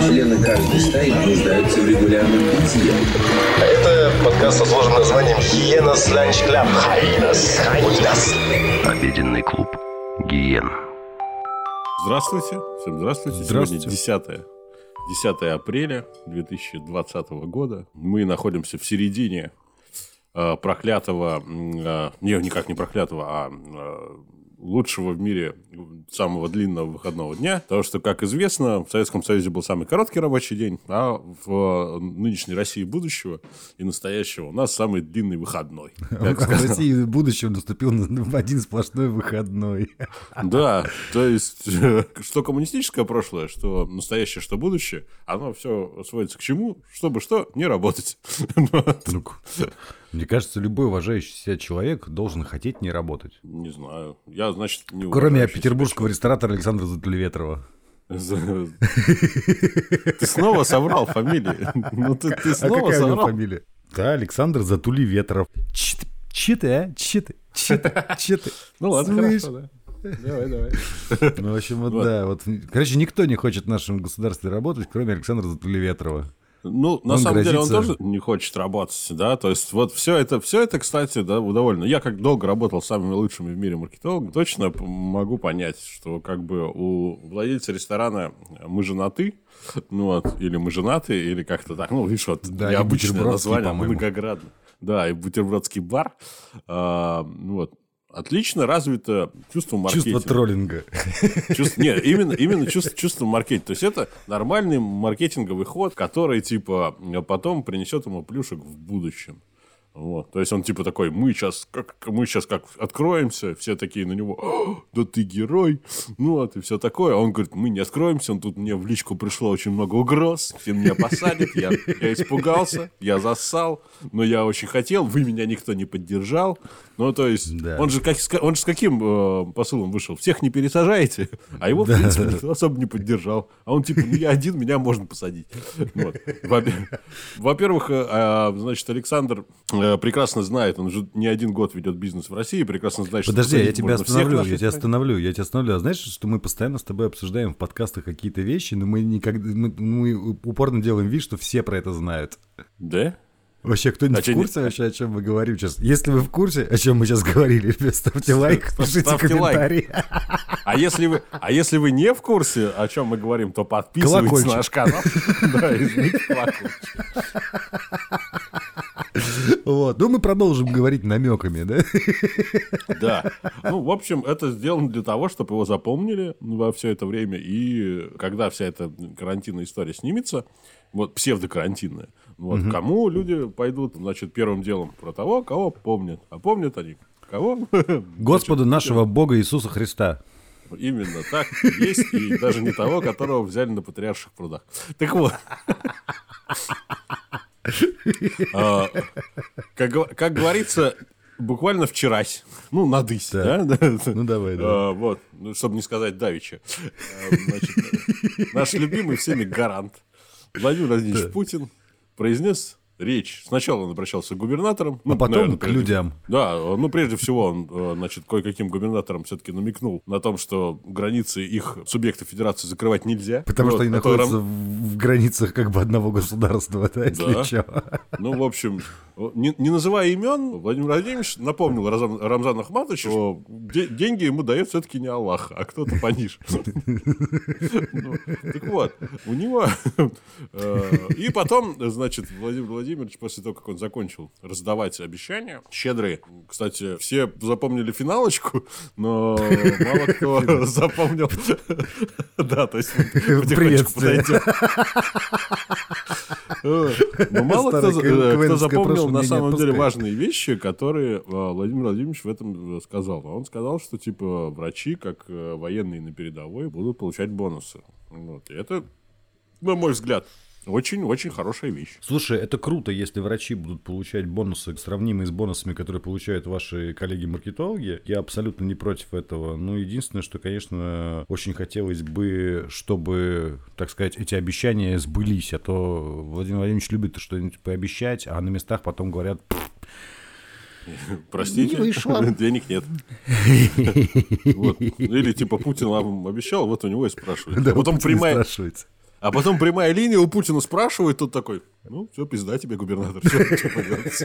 члены каждой стаи нуждаются в регулярном питье. Это подкаст со сложным названием Hyenas Lunch Club. Hyenas. Обеденный клуб Гиен. Здравствуйте. Всем здравствуйте. Здравствуйте. Сегодня 10 апреля 2020 года. Мы находимся в середине проклятого, никак не проклятого, а лучшего в мире самого длинного выходного дня. Потому что, как известно, в Советском Союзе был самый короткий рабочий день, а в нынешней России будущего и настоящего у нас самый длинный выходной. В России будущего наступил один сплошной выходной. Да, то есть, что коммунистическое прошлое, что настоящее, что будущее, оно все сводится к чему? Чтобы что? Не работать. Мне кажется, любой уважающий себя человек должен хотеть не работать. Не знаю. Я, значит, не Кроме петербургского ресторатора Александра Затулеветрова. Ты снова соврал фамилию. Ну, ты снова какая у него соврал. фамилия? Да, Александр Затулеветров. Че ты? Ну, ладно, хорошо, да. Давай. Ну, в общем, вот да. Вот, короче, никто не хочет в нашем государстве работать, кроме Александра Затулеветрова. Ну, на самом деле, он тоже не хочет работать, да, то есть, вот все это, кстати, да, довольно. Я как долго работал с самыми лучшими в мире маркетологами, точно могу понять, что как бы у владельца ресторана мы женаты, ну вот, или мы женаты, или как-то так, ну, видишь, вот да, необычное название, по-моему. многоградно. Да, и бутербродский бар, вот. Отлично развито чувство маркетинга. Чувство троллинга. Нет, именно чувство маркетинга. То есть, это нормальный маркетинговый ход, который, типа, потом принесет ему плюшек в будущем. Вот. То есть, он, типа, такой, мы сейчас как откроемся, все такие на него, да ты герой, ну, вот, и все такое. А он говорит, мы не откроемся, он тут мне в личку пришло очень много угроз, все меня посадят, я испугался, я зассал, но я очень хотел, вы меня никто не поддержал. Ну, то есть, да. он же с каким посылом вышел? Всех не пересажаете, а его, в принципе, никто особо не поддержал. А он, типа, ну, я один, меня можно посадить. Вот. Во-первых, значит, Александр прекрасно знает, он уже не один год ведет бизнес в России, прекрасно знает, что... Подожди, я тебя остановлю. А знаешь, что мы постоянно с тобой обсуждаем в подкастах какие-то вещи, но мы упорно делаем вид, что все про это знают. Да? Вообще, кто-нибудь в курсе вообще, о чем мы говорим сейчас? Если вы в курсе, о чем мы сейчас говорили, ставьте лайк, пишите комментарий. А если вы не в курсе, о чем мы говорим, то подписывайтесь на наш канал. Да, и жмите колокольчик. Вот. Ну, мы продолжим говорить намеками, да? Да. Ну, в общем, это сделано для того, чтобы его запомнили во все это время. И когда вся эта карантинная история снимется, вот псевдокарантинная, вот, кому люди пойдут, значит, первым делом про того, кого помнят. А помнят они кого? Господа нашего Бога Иисуса Христа. Именно так есть, и даже не того, которого взяли на Патриарших прудах. Так вот. Как говорится, буквально вчерась. Ну, надысь, да? Ну, давай, да. Вот, чтобы не сказать давеча. Значит, наш любимый всеми гарант Владимир Владимирович Путин произнес речь. Сначала он обращался к губернаторам. А потом, наверное, к людям. Да, ну, прежде всего, он, значит, кое-каким губернаторам все-таки намекнул на том, что границы их субъекта федерации закрывать нельзя. Потому что они находятся в границах как бы одного государства, да, если что. Ну, в общем, не называя имен, Владимир Владимирович напомнил Рамзану Ахматовичу, что деньги ему дает все-таки не Аллах, а кто-то пониже. Так вот, у него... И потом, значит, Владимир Владимирович, после того, как он закончил раздавать обещания, щедрые, кстати, все запомнили финалочку, но мало кто запомнил... Да, то есть потихонечку подойдем. Но мало кто запомнил на самом деле важные вещи, которые Владимир Владимирович в этом сказал. Он сказал, что типа врачи, как военные на передовой, будут получать бонусы. Вот. И это, на мой взгляд, очень-очень хорошая вещь. Слушай, это круто, если врачи будут получать бонусы, сравнимые с бонусами, которые получают ваши коллеги-маркетологи. Я абсолютно не против этого. Ну, единственное, что, конечно, очень хотелось бы, чтобы, так сказать, эти обещания сбылись. А то Владимир Владимирович любит что-нибудь пообещать, а на местах потом говорят... Простите, денег нет. Вот. Или типа Путин вам обещал, вот у него и спрашивает. Да, потом А потом прямая линия у Путина спрашивает, тут такой, ну, все, пизда тебе, губернатор, что поделать.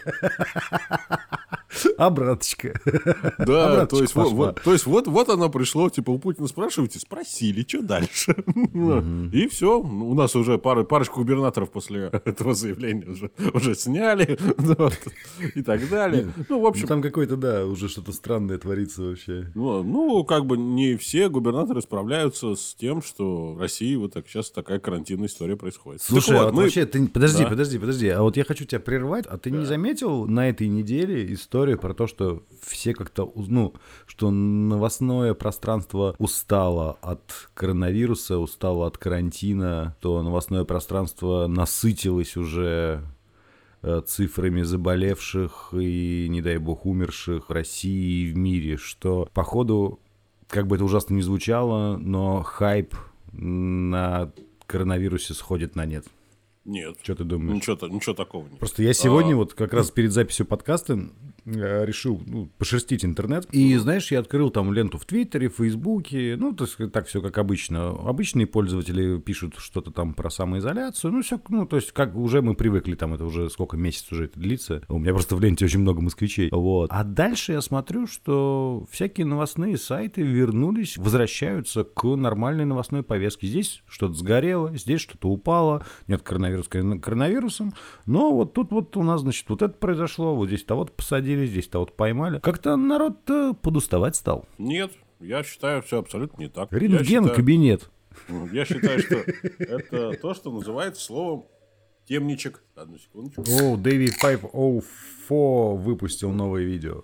Обраточка. Да, то есть вот оно пришло, типа у Путина спрашиваете, спросили, что дальше? И все, у нас уже парочку губернаторов после этого заявления уже сняли, и так далее. Ну, в общем... Там какой-то, да, уже что-то странное творится вообще. Ну, как бы не все губернаторы справляются с тем, что в России вот так сейчас такая карантинная история происходит. Слушай, а вот вообще, ты... Подожди. А вот я хочу тебя прервать. А ты не заметил на этой неделе историю про то, что все как-то, ну, что новостное пространство устало от коронавируса, устало от карантина, то новостное пространство насытилось уже цифрами заболевших и, не дай бог, умерших в России и в мире, что, походу, как бы это ужасно не звучало, но хайп на коронавирусе сходит на нет. Нет. Что ты думаешь? Ничего такого нет. Просто я сегодня вот как раз перед записью подкаста решил пошерстить интернет. И, знаешь, я открыл там ленту в Твиттере, в Фейсбуке. Ну, то есть так все как обычно. Обычные пользователи пишут что-то там про самоизоляцию. Ну, все, ну, то есть как уже мы привыкли, там это уже сколько месяцев уже это длится. У меня просто в ленте очень много москвичей. Вот. А дальше я смотрю, что всякие новостные сайты вернулись, возвращаются к нормальной новостной повестке. Здесь что-то сгорело, здесь что-то упало. Нет, коронавирусом. Но вот тут вот у нас, значит, вот это произошло, вот здесь того-то посадили, здесь того-то поймали. Как-то народ подуставать стал. Нет, я считаю, все абсолютно не так. Рентген-кабинет. Я считаю, что это то, что называется словом темничек. Одну секундочку. О, Дэвид 504 выпустил новое видео.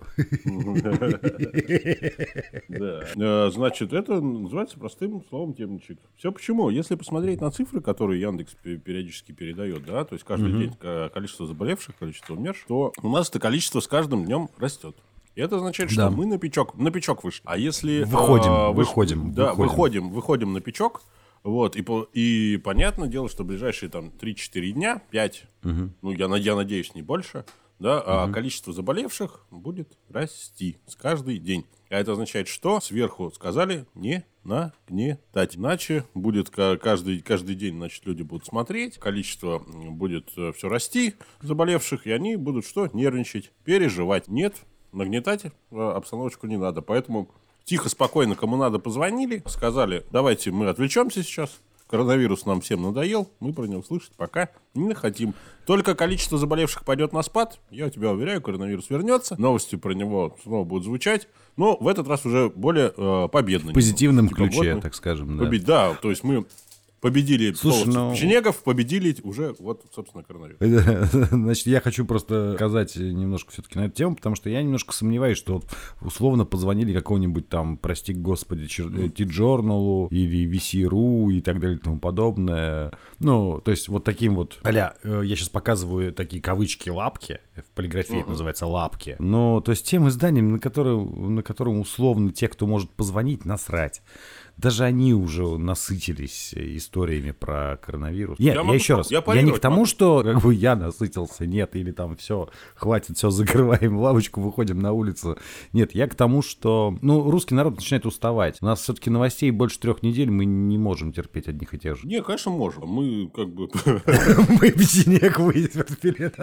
Да. Значит, это называется простым словом темничек. Все почему? Если посмотреть на цифры, которые Яндекс периодически передает, да, то есть каждый день количество заболевших, количество умерших, то у нас это количество с каждым днем растет. И это означает, что мы на печок вышли. А если... Выходим на печок. Вот, и понятное дело, что в ближайшие там 3-4 дня, 5, ну, я надеюсь, не больше, да, а количество заболевших будет расти с каждый день. А это означает, что сверху сказали не нагнетать. Иначе будет каждый день, значит, люди будут смотреть, количество будет все расти заболевших, и они будут что? Нервничать, переживать. Нет, нагнетать обстановочку не надо, поэтому... Тихо, спокойно, кому надо, позвонили, сказали, давайте мы отвлечемся сейчас. Коронавирус нам всем надоел, мы про него слышать пока не хотим. Только количество заболевших пойдет на спад, я тебя уверяю, коронавирус вернется, новости про него снова будут звучать, но в этот раз уже более победно. В позитивном ключе, так скажем. Да, то есть мы... Победили печенегов, победили уже, вот, собственно, коронавирус. Значит, я хочу просто сказать немножко все-таки на эту тему, потому что я немножко сомневаюсь, что условно позвонили какому-нибудь там, прости господи, T-Journal или VC.ru и так далее и тому подобное. Ну, то есть вот таким вот, я сейчас показываю такие кавычки лапки, в полиграфии это называется лапки. Но, то есть тем изданиям, на котором условно те, кто может позвонить, насрать. Даже они уже насытились историями про коронавирус. Я еще раз, я не к тому, что как бы я насытился, нет, или там все, хватит, все, закрываем лавочку, выходим на улицу. Нет, я к тому, что, русский народ начинает уставать. У нас все-таки новостей больше 3 недель, мы не можем терпеть одних и тех же. Не, конечно, можем. Мы как бы... Мы печенек выйдем вперед.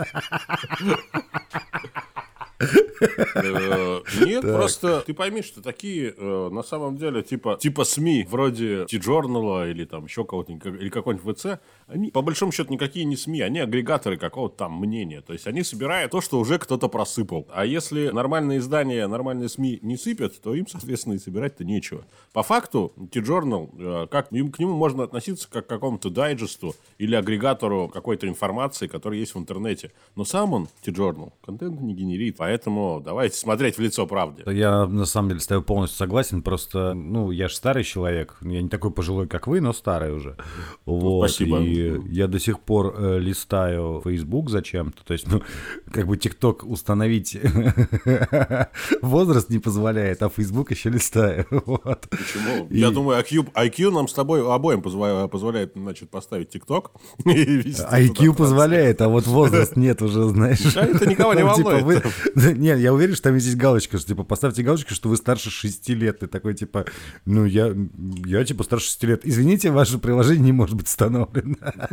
Нет, просто ты пойми, что такие на самом деле типа СМИ вроде T-Journal или там еще кого-то, или какой-нибудь ВЦ, они по большому счету никакие не СМИ, они агрегаторы какого-то там мнения. То есть они собирают то, что уже кто-то просыпал. А если нормальные издания, нормальные СМИ не сыпят, то им, соответственно, и собирать-то нечего. По факту T-Journal, к нему можно относиться как к какому-то дайджесту или агрегатору какой-то информации, которая есть в интернете. Но сам он, T-Journal, контент не генерит. Поэтому давайте смотреть в лицо правде. Я, на самом деле, с тобой полностью согласен. Просто, я же старый человек. Я не такой пожилой, как вы, но старый уже. Вот. Спасибо. И я до сих пор листаю Facebook зачем-то. То есть, как бы TikTok установить возраст не позволяет, а Facebook еще листаю. Вот. Почему? Я думаю, IQ нам с тобой обоим позволяет, значит, поставить TikTok. IQ позволяет, а вот возраст нет уже, знаешь. Это никого не волнует. Не, я уверен, что там есть галочка, что, типа, поставьте галочку, что вы старше 6 лет. Ты такой, типа, ну, я типа, старше 6 лет. Извините, ваше приложение не может быть установлено.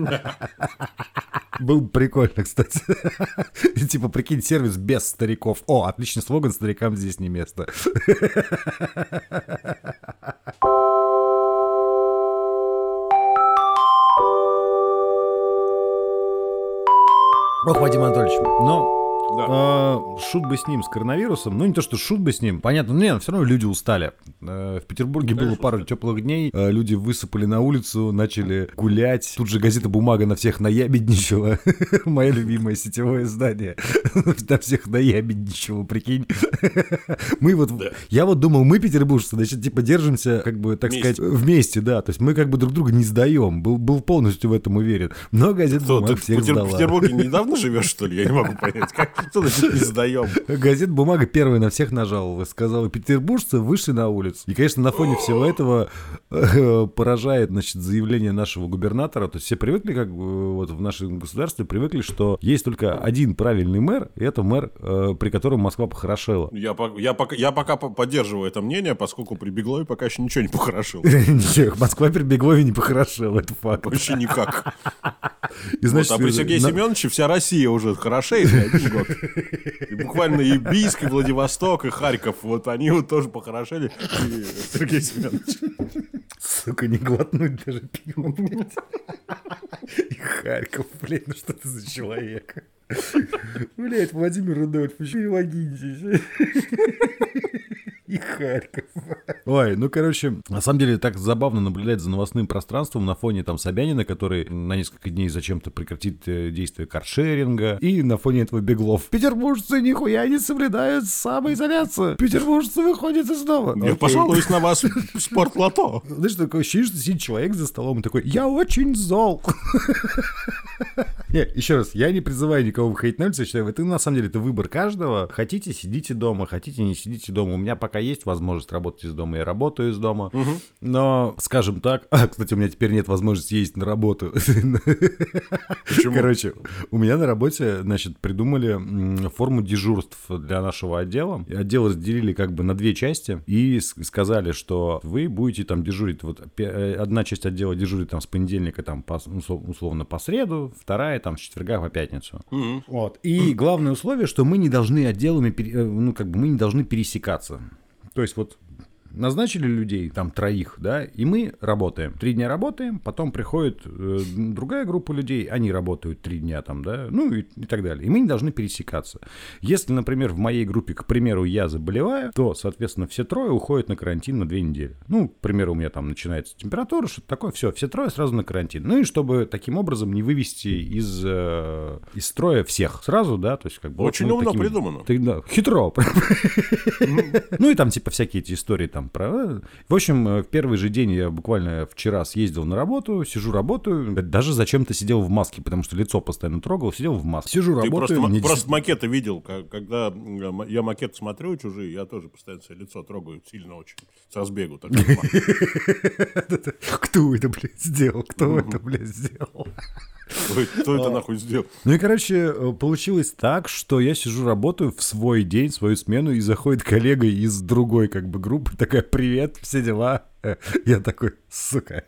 Был бы прикольно, кстати. Типа, прикинь, сервис без стариков. О, отличный слоган, старикам здесь не место. Ох, Вадим Анатольевич, но шут бы с ним, с коронавирусом. Ну, не то, что шут бы с ним. Понятно, но все равно люди устали. В Петербурге было пару теплых дней. Люди высыпали на улицу, начали гулять. Тут же газета «Бумага» на всех наябедничала. Мое любимое сетевое издание. На всех наябедничало, прикинь. Я вот думал, мы, петербуржцы, значит, типа держимся, как бы, так сказать, вместе, да. То есть мы как бы друг друга не сдаем. Был полностью в этом уверен. Но газета «Бумага» всех сдала. В Петербурге недавно живешь, что ли? Я не могу понять. Что значит не сдаем? Газета «Бумага» первая на всех нажаловалась. Сказала, петербуржцы вышли на улицу. И, конечно, на фоне всего этого поражает, значит, заявление нашего губернатора. То есть все привыкли, как вот в нашем государстве привыкли, что есть только один правильный мэр, и это мэр, при котором Москва похорошела. Я пока поддерживаю это мнение, поскольку при Беглове пока еще ничего не похорошило. Москва при Беглове не похорошела, это факт. Вообще никак. А при Сергее Семеновиче вся Россия уже хорошеет за один год. И буквально и Бийск, и Владивосток, и Харьков, вот они вот тоже похорошели. И Сергей Семенович. Сука, не глотнуть даже пиво, блядь. И Харьков, блядь, ну что ты за человек? Блядь, Владимир Рудольфович, и Логинич. И Харьков. Ой, ну, короче, на самом деле так забавно наблюдать за новостным пространством на фоне там Собянина, который на несколько дней зачем-то прекратит действие каршеринга, и на фоне этого Беглов. Петербуржцы нихуя не соблюдают самоизоляцию. Петербуржцы выходят из дома. Я пожалуюсь на вас в спортлото. Знаешь, такое ощущение, что сидит человек за столом и такой, я очень зол. Не, еще раз, я не призываю никого выходить на улицу, я считаю, это на самом деле это выбор каждого. Хотите, сидите дома, хотите, не сидите дома. У меня пока есть возможность работать из дома, я работаю из дома. Но, скажем так, кстати, у меня теперь нет возможности ездить на работу. Почему? Короче, у меня на работе, значит, придумали форму дежурств для нашего отдела. Отдел разделили как бы на две части и сказали, что вы будете там дежурить. Вот одна часть отдела дежурит там с понедельника там условно по среду, вторая там с четверга по пятницу. Вот. И главное условие, что мы не должны отделами, ну как бы мы не должны пересекаться. То есть вот назначили людей, там, 3, да, и мы работаем. 3 дня работаем, потом приходит другая группа людей, они работают 3 дня там, да, ну и так далее. И мы не должны пересекаться. Если, например, в моей группе, к примеру, я заболеваю, то, соответственно, все 3 уходят на карантин на 2 недели. Ну, к примеру, у меня там начинается температура, что-то такое, все 3 сразу на карантин. Ну и чтобы таким образом не вывести из строя всех сразу, да, то есть как бы... Очень умно придумано. Да, хитро. Ну и там типа всякие эти истории там. В общем, в первый же день я буквально вчера съездил на работу, сижу, работаю, даже зачем-то сидел в маске, потому что лицо постоянно трогал, сидел в маске. Сижу, работаю. Ты просто макеты видел, когда я макет смотрю чужие, я тоже постоянно себе лицо трогаю сильно очень, с разбегу. Кто это, блядь, сделал? Кто это, блядь, сделал? Кто это нахуй сделал? Ну и, короче, получилось так, что я сижу, работаю в свой день, свою смену, и заходит коллега из другой как бы группы, такая, привет, все дела. Я такой, сука.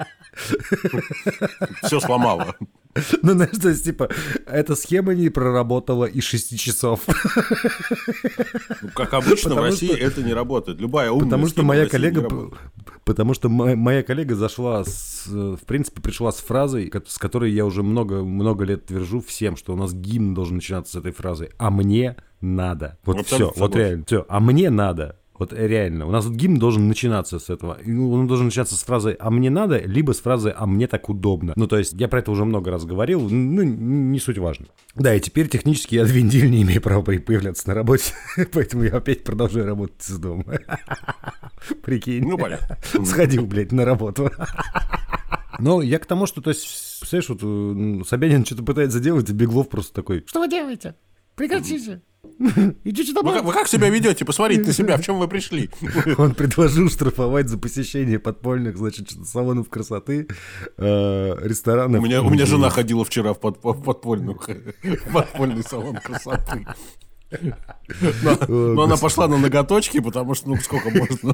Все сломало. Ну, знаешь, то есть, типа, эта схема не проработала и 6 часов. Ну, как обычно, в России это не работает. Любая умная потому что схема моя в России коллега, не работает. потому что моя коллега зашла, в принципе, пришла с фразой, с которой я уже много лет твержу всем, что у нас гимн должен начинаться с этой фразы. А мне надо. Вот все, вот реально. Все. А мне надо. Вот реально. У нас вот гимн должен начинаться с этого. Он должен начинаться с фразы «а мне надо», либо с фразы «а мне так удобно». Ну, то есть, я про это уже много раз говорил, ну, не суть важно. Да, и теперь технически я 2 недели не имею права появляться на работе, поэтому я опять продолжаю работать из дома. Прикинь. Ну, понятно. Сходил, блядь, на работу. Но я к тому, что, то есть, представляешь, вот Собянин что-то пытается делать, и Беглов просто такой: что вы делаете? Прекратите. Идите домой. Вы как себя ведете? Посмотрите на себя, в чем вы пришли. Он предложил штрафовать за посещение подпольных, значит, салонов красоты, ресторанов. У меня жена ходила вчера в подпольный салон красоты. Но она пошла на ноготочки, потому что, ну, сколько можно.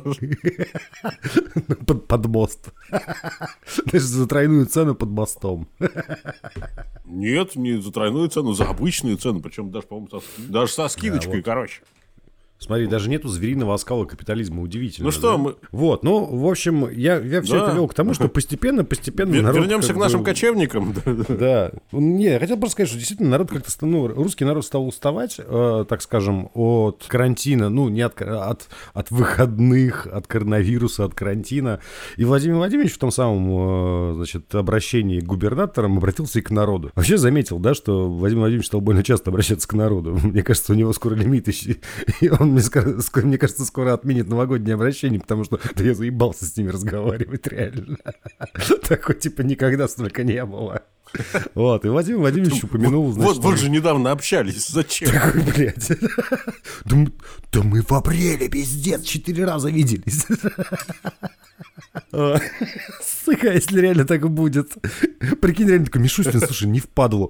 Под мост. Значит, за тройную цену под мостом. Нет, не за тройную цену, за обычную цену. Причем даже, по-моему, даже со скидочкой, короче. Смотри, даже нету звериного оскала капитализма. Удивительно. Ну что, да? мы... Вот, ну, в общем, я все это вел к тому, что постепенно народ... Вернемся к нашим кочевникам. Да. Не, я хотел просто сказать, что действительно народ как-то... Ну, русский народ стал уставать, так скажем, от карантина. Ну, не от выходных, от коронавируса, от карантина. И Владимир Владимирович в том самом, значит, обращении к губернаторам обратился и к народу. Вообще заметил, да, что Владимир Владимирович стал больно часто обращаться к народу. Мне кажется, у него скоро лимит, и он, мне кажется, скоро отменит новогоднее обращение, потому что да я заебался с ними разговаривать, реально. Такой, типа, никогда столько не было. Вот, и Владимир Владимирович упомянул, значит... Вот же недавно общались, зачем? Такой, блядь. Да мы в апреле, пиздец, 4 раза виделись. Сука, если реально так и будет. Прикинь, реально такой, Мишустин, слушай, не впадло.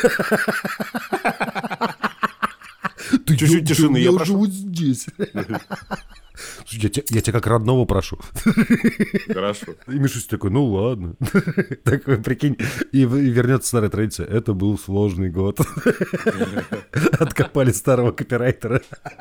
Чуть-чуть тишины, я уже вот здесь. Я тебя как родного прошу. Хорошо. И Мишусь такой, ну ладно. Такой, прикинь, и вернется старая традиция. Это был сложный год. Откопали старого копирайтера.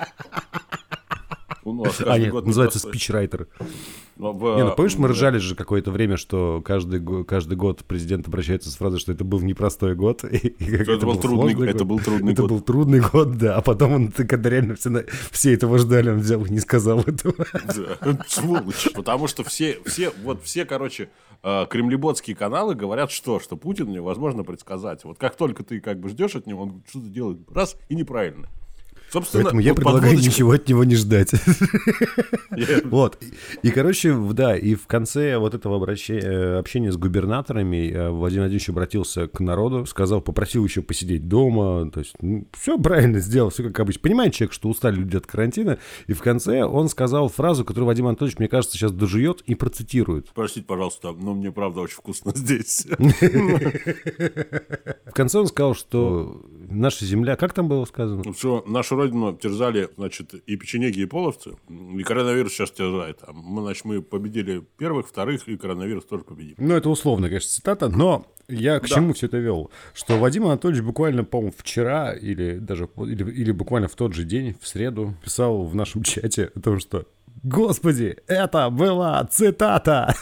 Нет, называется спичрайтер. Не, ну помнишь, мы ржали же какое-то время, что каждый год президент обращается с фразой, что это был непростой год. Это был трудный год. Это был трудный год, да. А потом он, когда реально все этого ждали, он взял и не сказал этого. Да, сволочь. Потому что все, короче, кремлеботские каналы говорят, что Путин невозможно предсказать. Вот как только ты как бы ждешь от него, он что-то делает раз и неправильно. Собственно, поэтому я предлагаю ничего от него не ждать. Вот. И, короче, да, и в конце вот этого общения с губернаторами Владимир Владимирович обратился к народу, попросил еще посидеть дома. То есть, все правильно сделал, все как обычно. Понимает человек, что устали люди от карантина. И в конце он сказал фразу, которую Владимир Анатольевич, мне кажется, сейчас дожует и процитирует. Простите, пожалуйста, но мне правда очень вкусно здесь. В конце он сказал, что наша земля... Как там было сказано? Что нашу родину терзали, значит, и печенеги, и половцы, и коронавирус сейчас терзает. Мы победили первых, вторых, и коронавирус тоже победим. Ну, это условно, конечно, цитата, но я к чему все это вел? Что Владимир Анатольевич буквально, по-моему, вчера или буквально в тот же день, в среду, писал в нашем чате о том, что «Господи, это была цитата!»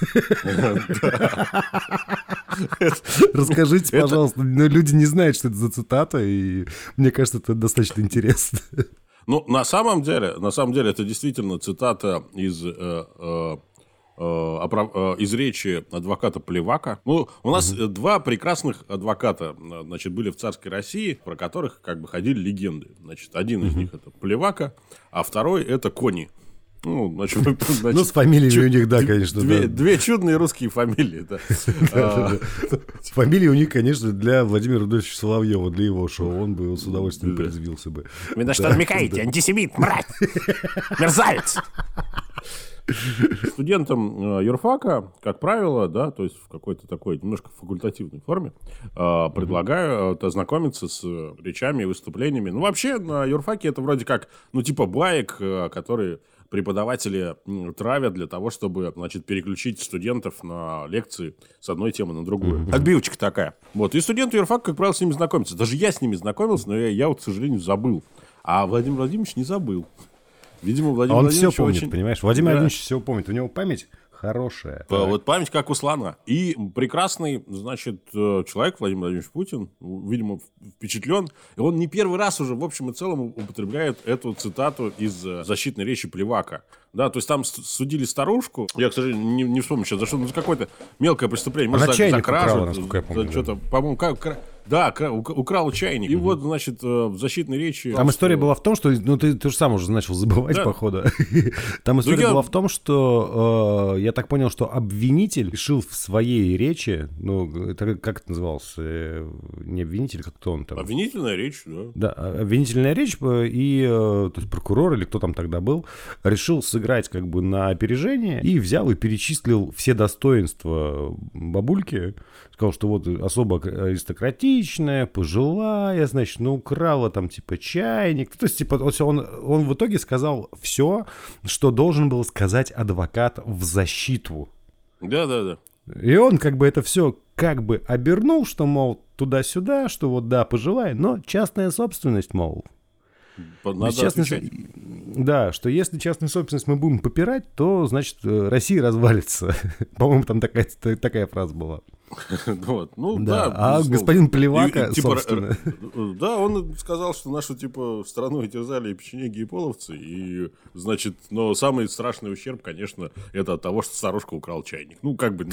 Расскажите, пожалуйста. Но люди не знают, что это за цитата, и мне кажется, это достаточно интересно. Ну, на самом деле, это действительно цитата из речи адвоката Плевака. Ну, у нас два прекрасных адвоката, значит, были в царской России, про которых как бы ходили легенды. Значит, один из них это Плевака, а второй это Кони. Ну, значит, ну, с фамилиями у них, да, конечно. Две чудные русские фамилии. Фамилии у них, конечно, для Владимира Рудольфовича Соловьева, для его шоу, он бы с удовольствием порезвился бы. Вы на что намекаете? Антисемит, мразь! Мерзавец! Студентам юрфака, как правило, да, то есть в какой-то такой немножко факультативной форме, предлагаю ознакомиться с речами и выступлениями. Ну, вообще, на юрфаке это вроде как, ну, типа баек, которые преподаватели травят для того, чтобы, значит, переключить студентов на лекции с одной темы на другую. Отбивочка такая. Вот. И студенты юрфака, как правило, с ними знакомятся. Даже я с ними знакомился, но я вот, к сожалению, забыл. А Владимир Владимирович не забыл. Видимо, Владимир Владимирович все помнит, очень... понимаешь? Владимир Владимирович все помнит. У него память хорошая. Вот память как у слона. И прекрасный, значит, человек Владимир Владимирович Путин, видимо, впечатлен. И он не первый раз уже, в общем и целом, употребляет эту цитату из защитной речи Плевака. Да, то есть там судили старушку. Я, к сожалению, не вспомню сейчас, за что, за какое-то мелкое преступление. Может, за кражу. Насколько я помню. Что-то, по-моему, да, украл чайник. И вот, значит, в защитной речи... Там история была в том, что... Ну, ты же сам уже начал забывать, походу. Там история была в том, что... Я так понял, что обвинитель решил в своей речи... Ну, это, как это называлось? Не обвинитель, как кто он там? Обвинительная речь, да. Да, обвинительная речь. И то есть прокурор или кто там тогда был, решил сыграть как бы на опережение и взял и перечислил все достоинства бабульки. Сказал, что вот особо аристократичная, симпатичная, пожилая, значит, ну, украла там, типа, чайник. То есть, типа, он в итоге сказал все, что должен был сказать адвокат в защиту. Да. И он как бы это все как бы обернул, что, мол, туда-сюда, что вот, да, пожилая, но частная собственность, мол. Надо отвечать. Да, что если частную собственность мы будем попирать, то, значит, Россия развалится. По-моему, там такая фраза была. Вот. Ну, да. да, А господин Плевака, типа, собственно... Да, он сказал, что нашу, типа, страну терзали и печенеги, и половцы, и, значит, но самый страшный ущерб, конечно, это от того, что старушка украл чайник. Ну, как бы,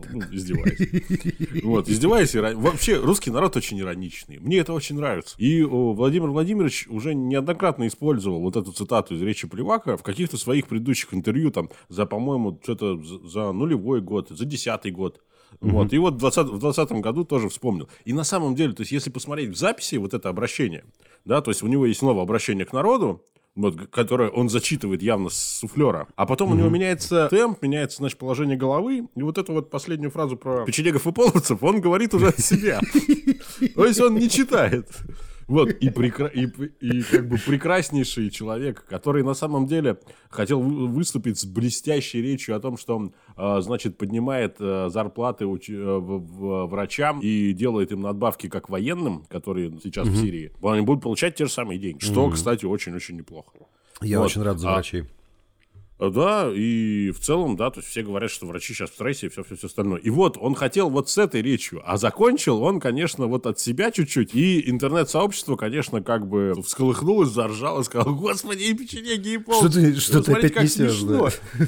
издеваясь. Вот, издеваясь. Вообще, русский народ очень ироничный. Мне это очень нравится. И Владимир Владимирович уже неоднократно использовал вот эту цитату из речи Плевака в каких-то своих предыдущих интервью, там, по-моему, что-то за 2000 год, за 2010 год. Вот. И вот в 2020 году тоже вспомнил. И на самом деле, то есть, если посмотреть в записи вот это обращение, да, то есть, у него есть новое обращение к народу, вот, которое он зачитывает явно с суфлера, а потом у него меняется темп, меняется, значит, положение головы, и вот эту вот последнюю фразу про печенегов и половцев он говорит уже от себя. То есть, он не читает. Вот, и как бы прекраснейший человек, который на самом деле хотел выступить с блестящей речью о том, что он, значит, поднимает зарплаты врачам и делает им надбавки как военным, которые сейчас в Сирии. Они будут получать те же самые деньги, что, кстати, очень-очень неплохо. Я очень рад за врачей. Да, и в целом, да, то есть все говорят, что врачи сейчас в стрессе и все остальное. И вот он хотел вот с этой речью, а закончил он, конечно, вот от себя чуть-чуть. И интернет-сообщество, конечно, как бы всколыхнулось, заржало, сказало: господи, и печенеги, и полки. Что ты опять несешь, да?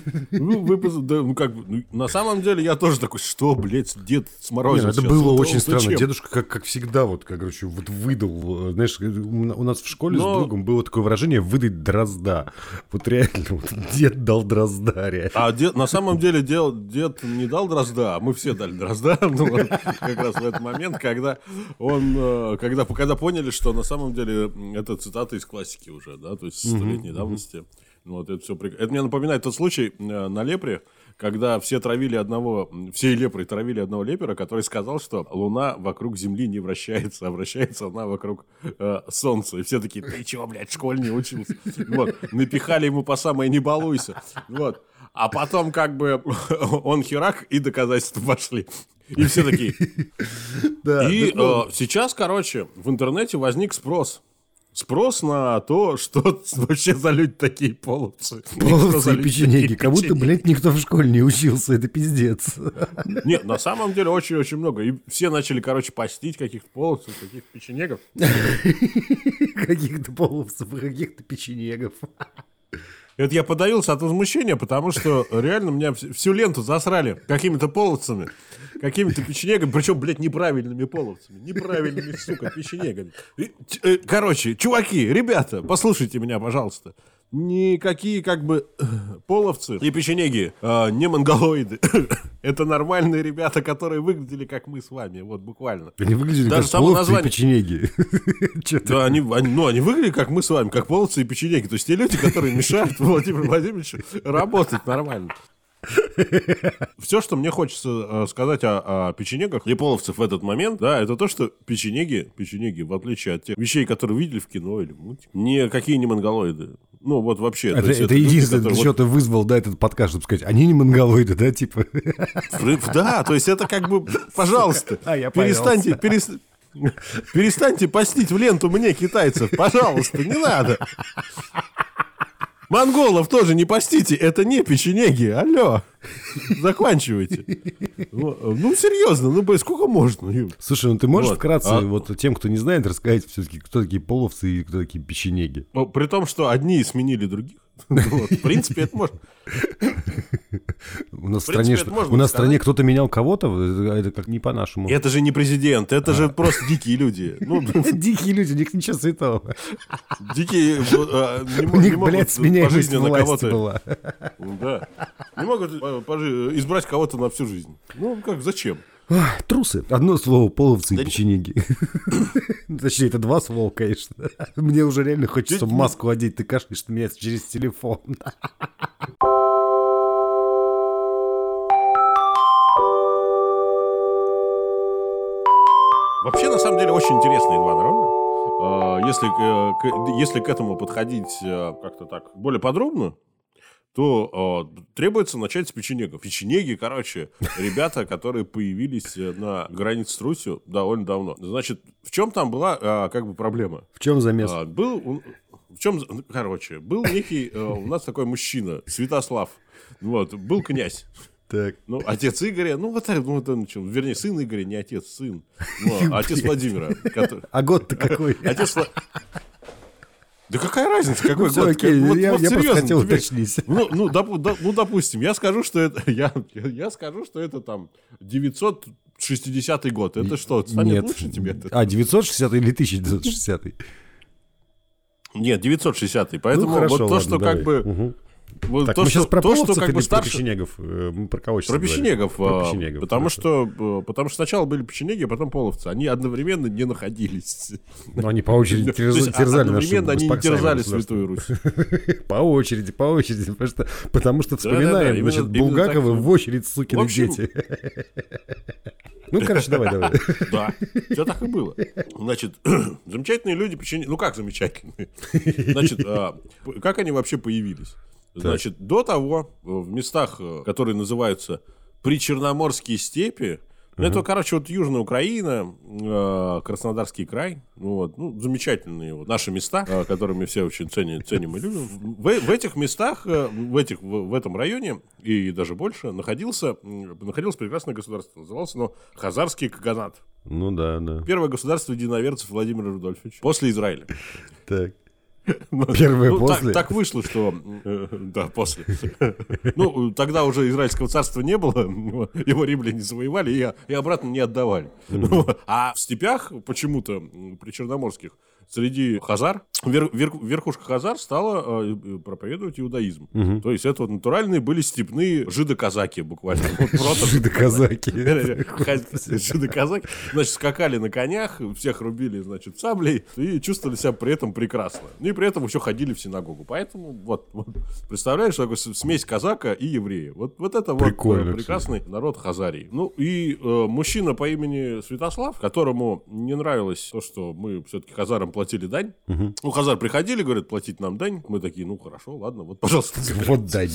Ну, как бы, на самом деле, я тоже такой: что, блядь, дед сморозил? Это было очень странно. Дедушка, как всегда, вот, как, короче, вот выдал. Знаешь, у нас в школе с другом было такое выражение: выдать дрозда. Вот реально, вот дед дал дрозда, реально. А на самом деле дед не дал дрозда, а мы все дали дрозда. Ну, вот, как раз в этот момент, когда поняли, что на самом деле это цитата из классики уже, да, то есть столетней давности. Вот, это мне напоминает тот случай на Лепре, когда все лепры травили одного лепера, который сказал, что Луна вокруг Земли не вращается, а вращается она вокруг Солнца. И все такие: ты чего, блядь, в школе не учился? Вот. Напихали ему по самое «не балуйся». Вот. А потом как бы он херак, и доказательства пошли. И все такие. Сейчас, короче, в интернете возник спрос. Спрос на то, что вообще за люди такие половцы. Половцы и печенеги. Как будто, блядь, никто в школе не учился. Это пиздец. Нет, на самом деле очень-очень много. И все начали, короче, постить каких-то половцев, каких-то печенегов. Каких-то половцев и каких-то печенегов. Это я подавился от возмущения, потому что реально меня всю ленту засрали какими-то половцами, какими-то печенегами, причем, блядь, неправильными половцами, неправильными, сука, печенегами. Короче, чуваки, ребята, послушайте меня, пожалуйста. Никакие, как бы, половцы и печенеги не монголоиды. Это нормальные ребята, которые выглядели, как мы с вами, вот буквально. Они выглядели даже как половцы и печенеги. Да, они выглядели, как мы с вами, как половцы и печенеги. То есть те люди, которые мешают Владимиру Владимировичу работать нормально. Все, что мне хочется сказать о печенегах и половцев в этот момент, да, это то, что печенеги, в отличие от тех вещей, которые видели в кино или в мультике, никакие не монголоиды. Ну, вот вообще. Это единственное, для чего ты вызвал, да, этот подкаст, чтобы сказать: они не монголоиды, да, типа. Да, то есть это как бы, пожалуйста, перестаньте постить в ленту мне, китайцев, пожалуйста, не надо. Монголов тоже не постите, это не печенеги, алло, заканчивайте. Ну, серьезно, ну, сколько можно? Слушай, ну ты можешь вкратце вот тем, кто не знает, рассказать все-таки, кто такие половцы и кто такие печенеги? При том, что одни сменили других. Вот, в принципе, это можно. У нас в стране кто-то менял кого-то, это как не по-нашему. Это же не президент, это же просто дикие люди. Дикие люди, у них ничего святого. Дикие не могут, блядь, сменяемость власти была. Да. Не могут избрать кого-то на всю жизнь. Ну, как, зачем? Трусы. Одно слово: половцы и печенеги. Точнее, это два слова, конечно. Мне уже реально хочется маску одеть. Ты кашляешь на меня через телефон. Вообще, на самом деле, очень интересные два народа. Если к этому подходить как-то так более подробно, то требуется начать с печенегов. Печенеги, короче, ребята, которые появились на границе с Русью довольно давно. Значит, в чем там была как бы проблема? В чем замес? Был некий у нас такой мужчина, Святослав. Вот, был князь. Так. Ну, отец Игоря, вернее, сын Игоря, не отец, сын. Ну, отец Владимира. А год-то какой? Да какая разница, какой всё, год? окей, я просто серьезно, хотел уточнить. Допустим, я скажу, что это там 960 год. Это что, станет лучше тебе? 960 или 1960? Нет, 960. Поэтому хорошо, вот то, ладно, что давай. как бы... Вот Так, то, мы сейчас про что половцев как или бы про старше... печенегов? Мы про кого сейчас Про говорим? печенегов. Про печенегов, Потому хорошо. что сначала были печенеги, а потом половцы. Они одновременно не находились. Ну, они по очереди То есть терзали нашу одновременно они не терзали государство. Святую Русь. По очереди. Потому что вспоминаем, именно- значит, именно Булгакова так. в очередь, сукины В общем- дети. Ну, короче, давай. Да, все так и было. Значит, замечательные люди, печенеги... Ну, как замечательные? Значит, как они вообще появились? Значит, до того в местах, которые называются Причерноморские степи, это, короче, вот Южная Украина, Краснодарский край, вот, ну, замечательные вот наши места, которые мы все очень ценим и любим. В этих местах, в этом районе и даже больше находилось прекрасное государство. Называлось оно Хазарский Каганат. Ну, да. Первое государство единоверцев Владимира Рудольфовича. После Израиля. Так. Первое после? Так вышло, что... Да, после. Ну, тогда уже Израильского царства не было, его римляне завоевали и обратно не отдавали. А в степях почему-то причерноморских среди хазар, верхушка хазар стала проповедовать иудаизм. То есть это вот натуральные были степные жидоказаки буквально. Жидоказаки. Жидоказаки. Значит, скакали на конях, всех рубили, значит, саблей и чувствовали себя при этом прекрасно. И при этом еще ходили в синагогу. Поэтому вот представляешь, такой смесь казака и еврея. Вот это прикольно, вот прекрасный народ Хазарии. Ну и мужчина по имени Святослав, которому не нравилось то, что мы все-таки хазарам платили дань. Ну, хазар приходили, говорят, платить нам дань. Мы такие, ну хорошо, ладно, вот, пожалуйста. Вот дань.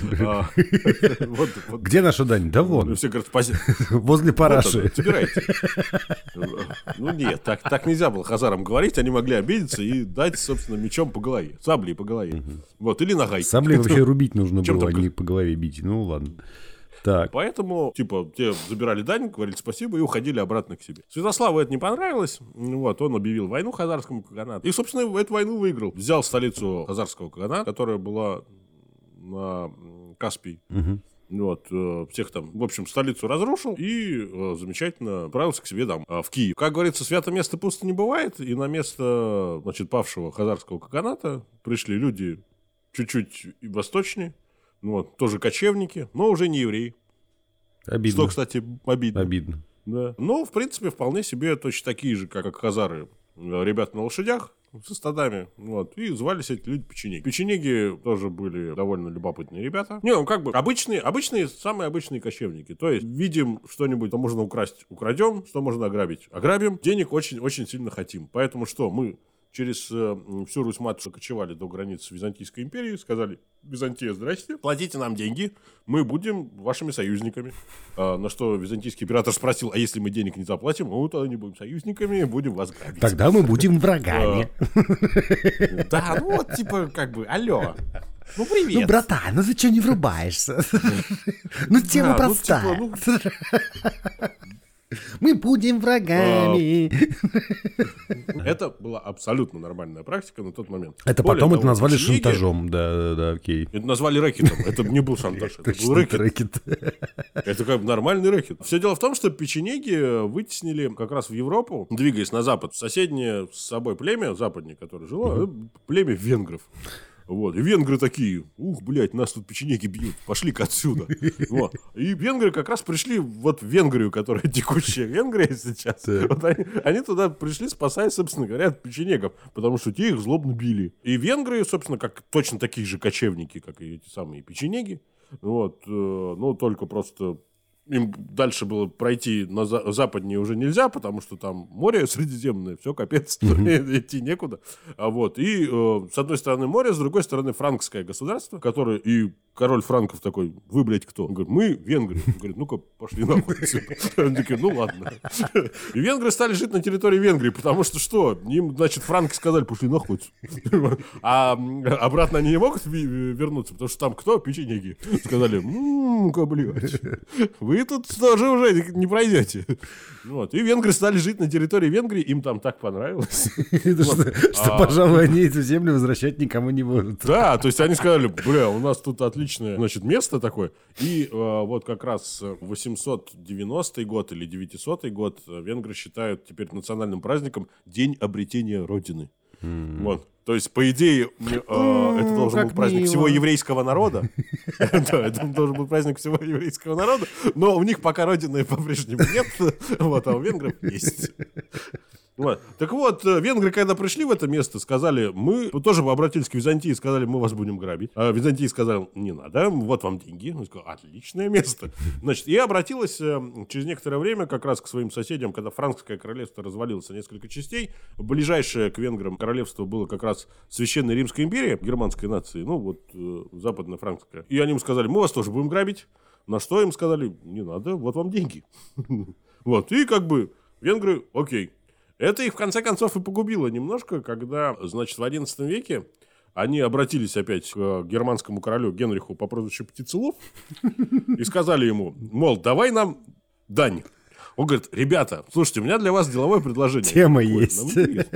Вот. Где наша дань? Да вон. Все говорят, спасибо. Возле параши. Собирайте. Ну нет, так нельзя было хазарам говорить. Они могли обидеться и дать, собственно, мечом по голове. Саблей по голове. Вот, или ногой. Саблей вообще рубить нужно Чем было, а только? не по голове бить. Ну, ладно. Так. Поэтому, типа, те забирали дань, говорили спасибо и уходили обратно к себе. Святославу это не понравилось. Вот, он объявил войну Хазарскому Каганату. И, собственно, эту войну выиграл. Взял столицу Хазарского Каганата, которая была на Каспий. Вот, всех там, в общем, столицу разрушил и замечательно отправился к себе там, в Киев. Как говорится, свято место пусто не бывает, и на место, значит, павшего Хазарского Каганата пришли люди чуть-чуть восточнее, вот, тоже кочевники, но уже не евреи. Обидно. Что, кстати, обидно. Обидно. Да. Но, в принципе, вполне себе точно такие же, как хазары, ребята на лошадях, со стадами, вот, и звались эти люди печенеги. Печенеги тоже были довольно любопытные ребята. Не, ну, как бы, обычные, самые обычные кочевники. То есть, видим что-нибудь, что можно украсть, украдем, что можно ограбить, ограбим. Денег очень-очень сильно хотим. Поэтому что, мы через всю Русь-матушку кочевали до границы Византийской империи, сказали: Византия, здрасте, платите нам деньги, мы будем вашими союзниками. На что византийский император спросил: а если мы денег не заплатим, ну, тогда не будем союзниками, будем вас грабить. Тогда мы будем врагами. Да, ну вот, типа, как бы, алло. Ну, привет. Ну, братан, ну ты что не врубаешься? Ну, тема Да, ну, простая. типа, Мы будем врагами. Это была абсолютно нормальная практика на тот момент. Это Более потом того, это назвали печенеги- шантажом. Да, окей. Это назвали рэкетом. Это не был шантаж, это был рэкет. Рэкет. Это как бы нормальный рэкет. Все дело в том, что печенеги вытеснили как раз в Европу, двигаясь на запад, соседнее с собой племя, западнее, которое жило, племя венгров. Вот. И венгры такие: ух, блядь, нас тут печенеги бьют, пошли-ка отсюда. Вот. И венгры как раз пришли вот в Венгрию, которая текущая Венгрия сейчас. Вот они туда пришли, спасая, собственно говоря, от печенегов, потому что те их злобно били. И венгры, собственно, как точно такие же кочевники, как и эти самые печенеги. Вот. Ну, только просто им дальше было пройти на западнее уже нельзя, потому что там море Средиземное, все, капец, идти некуда. И с одной стороны море, с другой стороны франкское государство, которое и король франков такой: вы, блядь, кто? Он говорит: мы венгры. Он говорит: ну-ка, пошли нахуй. Они такие: ну ладно. И венгры стали жить на территории Венгрии, потому что что? Им, значит, франки сказали: пошли нахуй. А обратно они не могут вернуться, потому что там кто? Печенеги. Сказали: ну-ка, блядь, вы тут тоже уже не пройдете. И венгры стали жить на территории Венгрии, им там так понравилось. Что, пожалуй, они эту землю возвращать никому не будут. Да, то есть они сказали: бля, у нас тут отличное, значит, место такое. И вот как раз 890 год или 900 год венгры считают теперь национальным праздником День обретения Родины. Вот. То есть, по идее, это должен был праздник всего еврейского народа. Да, это должен был праздник всего еврейского народа, но у них пока Родины по-прежнему нет, а у венгров есть. Так вот, венгры, когда пришли в это место, сказали: мы тоже обратились к Византии, сказали: мы вас будем грабить. А Византия сказала: не надо, вот вам деньги. Он сказал: отличное место. Значит, и обратилась через некоторое время как раз к своим соседям, когда франкское королевство развалилось на несколько частей. Ближайшее к венграм королевство было как раз Священная Римская империя, германской нации, западно-франкская. И они им сказали: мы вас тоже будем грабить. На что им сказали: не надо, вот вам деньги. И как бы венгры: окей. Это их, в конце концов, и погубило немножко, когда, значит, в XI веке они обратились опять к германскому королю Генриху по прозвищу Птицелов и сказали ему, мол, давай нам дань. Он говорит: ребята, слушайте, у меня для вас деловое предложение. Тема есть.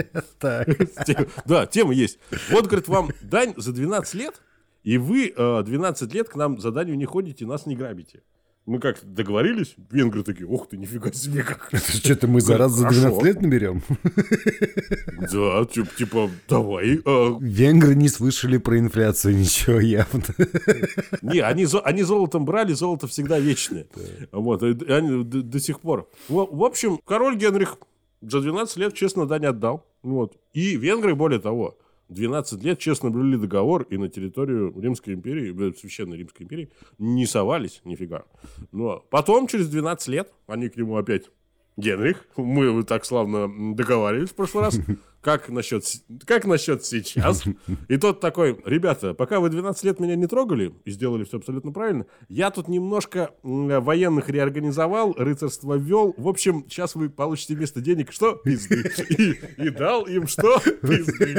Да, тема есть. Вот, говорит, вам дань за 12 лет, и вы 12 лет к нам за данью не ходите, нас не грабите. Мы как договорились, венгры такие: ух ты, нифига себе как. Что-то мы за 12 лет наберем? Да, типа, давай. Венгры не слышали про инфляцию ничего явно. Не, они золотом брали, золото всегда вечное. И они до сих пор. В общем, король Генрих за 12 лет честно дань отдал. И венгры, более того, 12 лет честно блюли договор и на территорию Римской империи, Священной Римской империи, не совались нифига. Но потом, через 12 лет, они к нему опять: Генрих, мы так славно договаривались в прошлый раз, как насчет сейчас? И тот такой: ребята, пока вы 12 лет меня не трогали и сделали все абсолютно правильно, я тут немножко военных реорганизовал, рыцарство ввел. В общем, сейчас вы получите вместо денег что? Пизды. И дал им что? Пизды.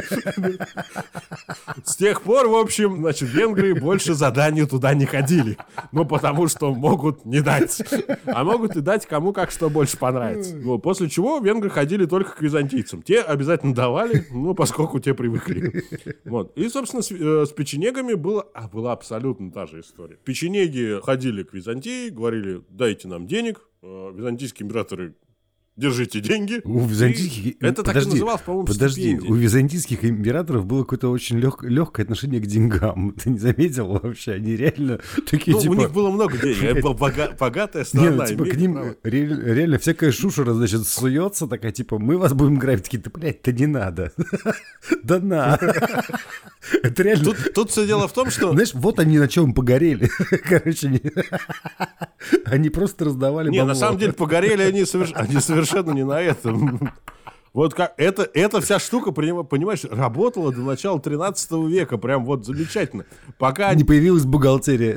С тех пор, в общем, значит, венгры больше за данью туда не ходили. Потому что могут не дать. А могут и дать кому как что больше понравится. После чего венгры ходили только к византийцам. Те обязательно давали, поскольку те привыкли. И, собственно, с печенегами была абсолютно та же история. Печенеги ходили к Византии, говорили: дайте нам денег. Византийские императоры: держите деньги. Это так и называлось, по-моему, стипендия. У византийских императоров было какое-то очень легкое отношение к деньгам. Ты не заметил вообще? Они реально такие, у них было много денег. Это была богатая страна. К ним реально всякая шушера, значит, суется, такая, мы вас будем грабить. Такие: да, блядь, да не надо. Да на. Это реально... Тут все дело в том, что... Знаешь, вот они на чем погорели. Короче, они просто раздавали бабло. На самом деле погорели они совершенно не на этом. Вот как эта вся штука, понимаешь, работала до начала 13 века. Прям замечательно. Пока не появилась бухгалтерия.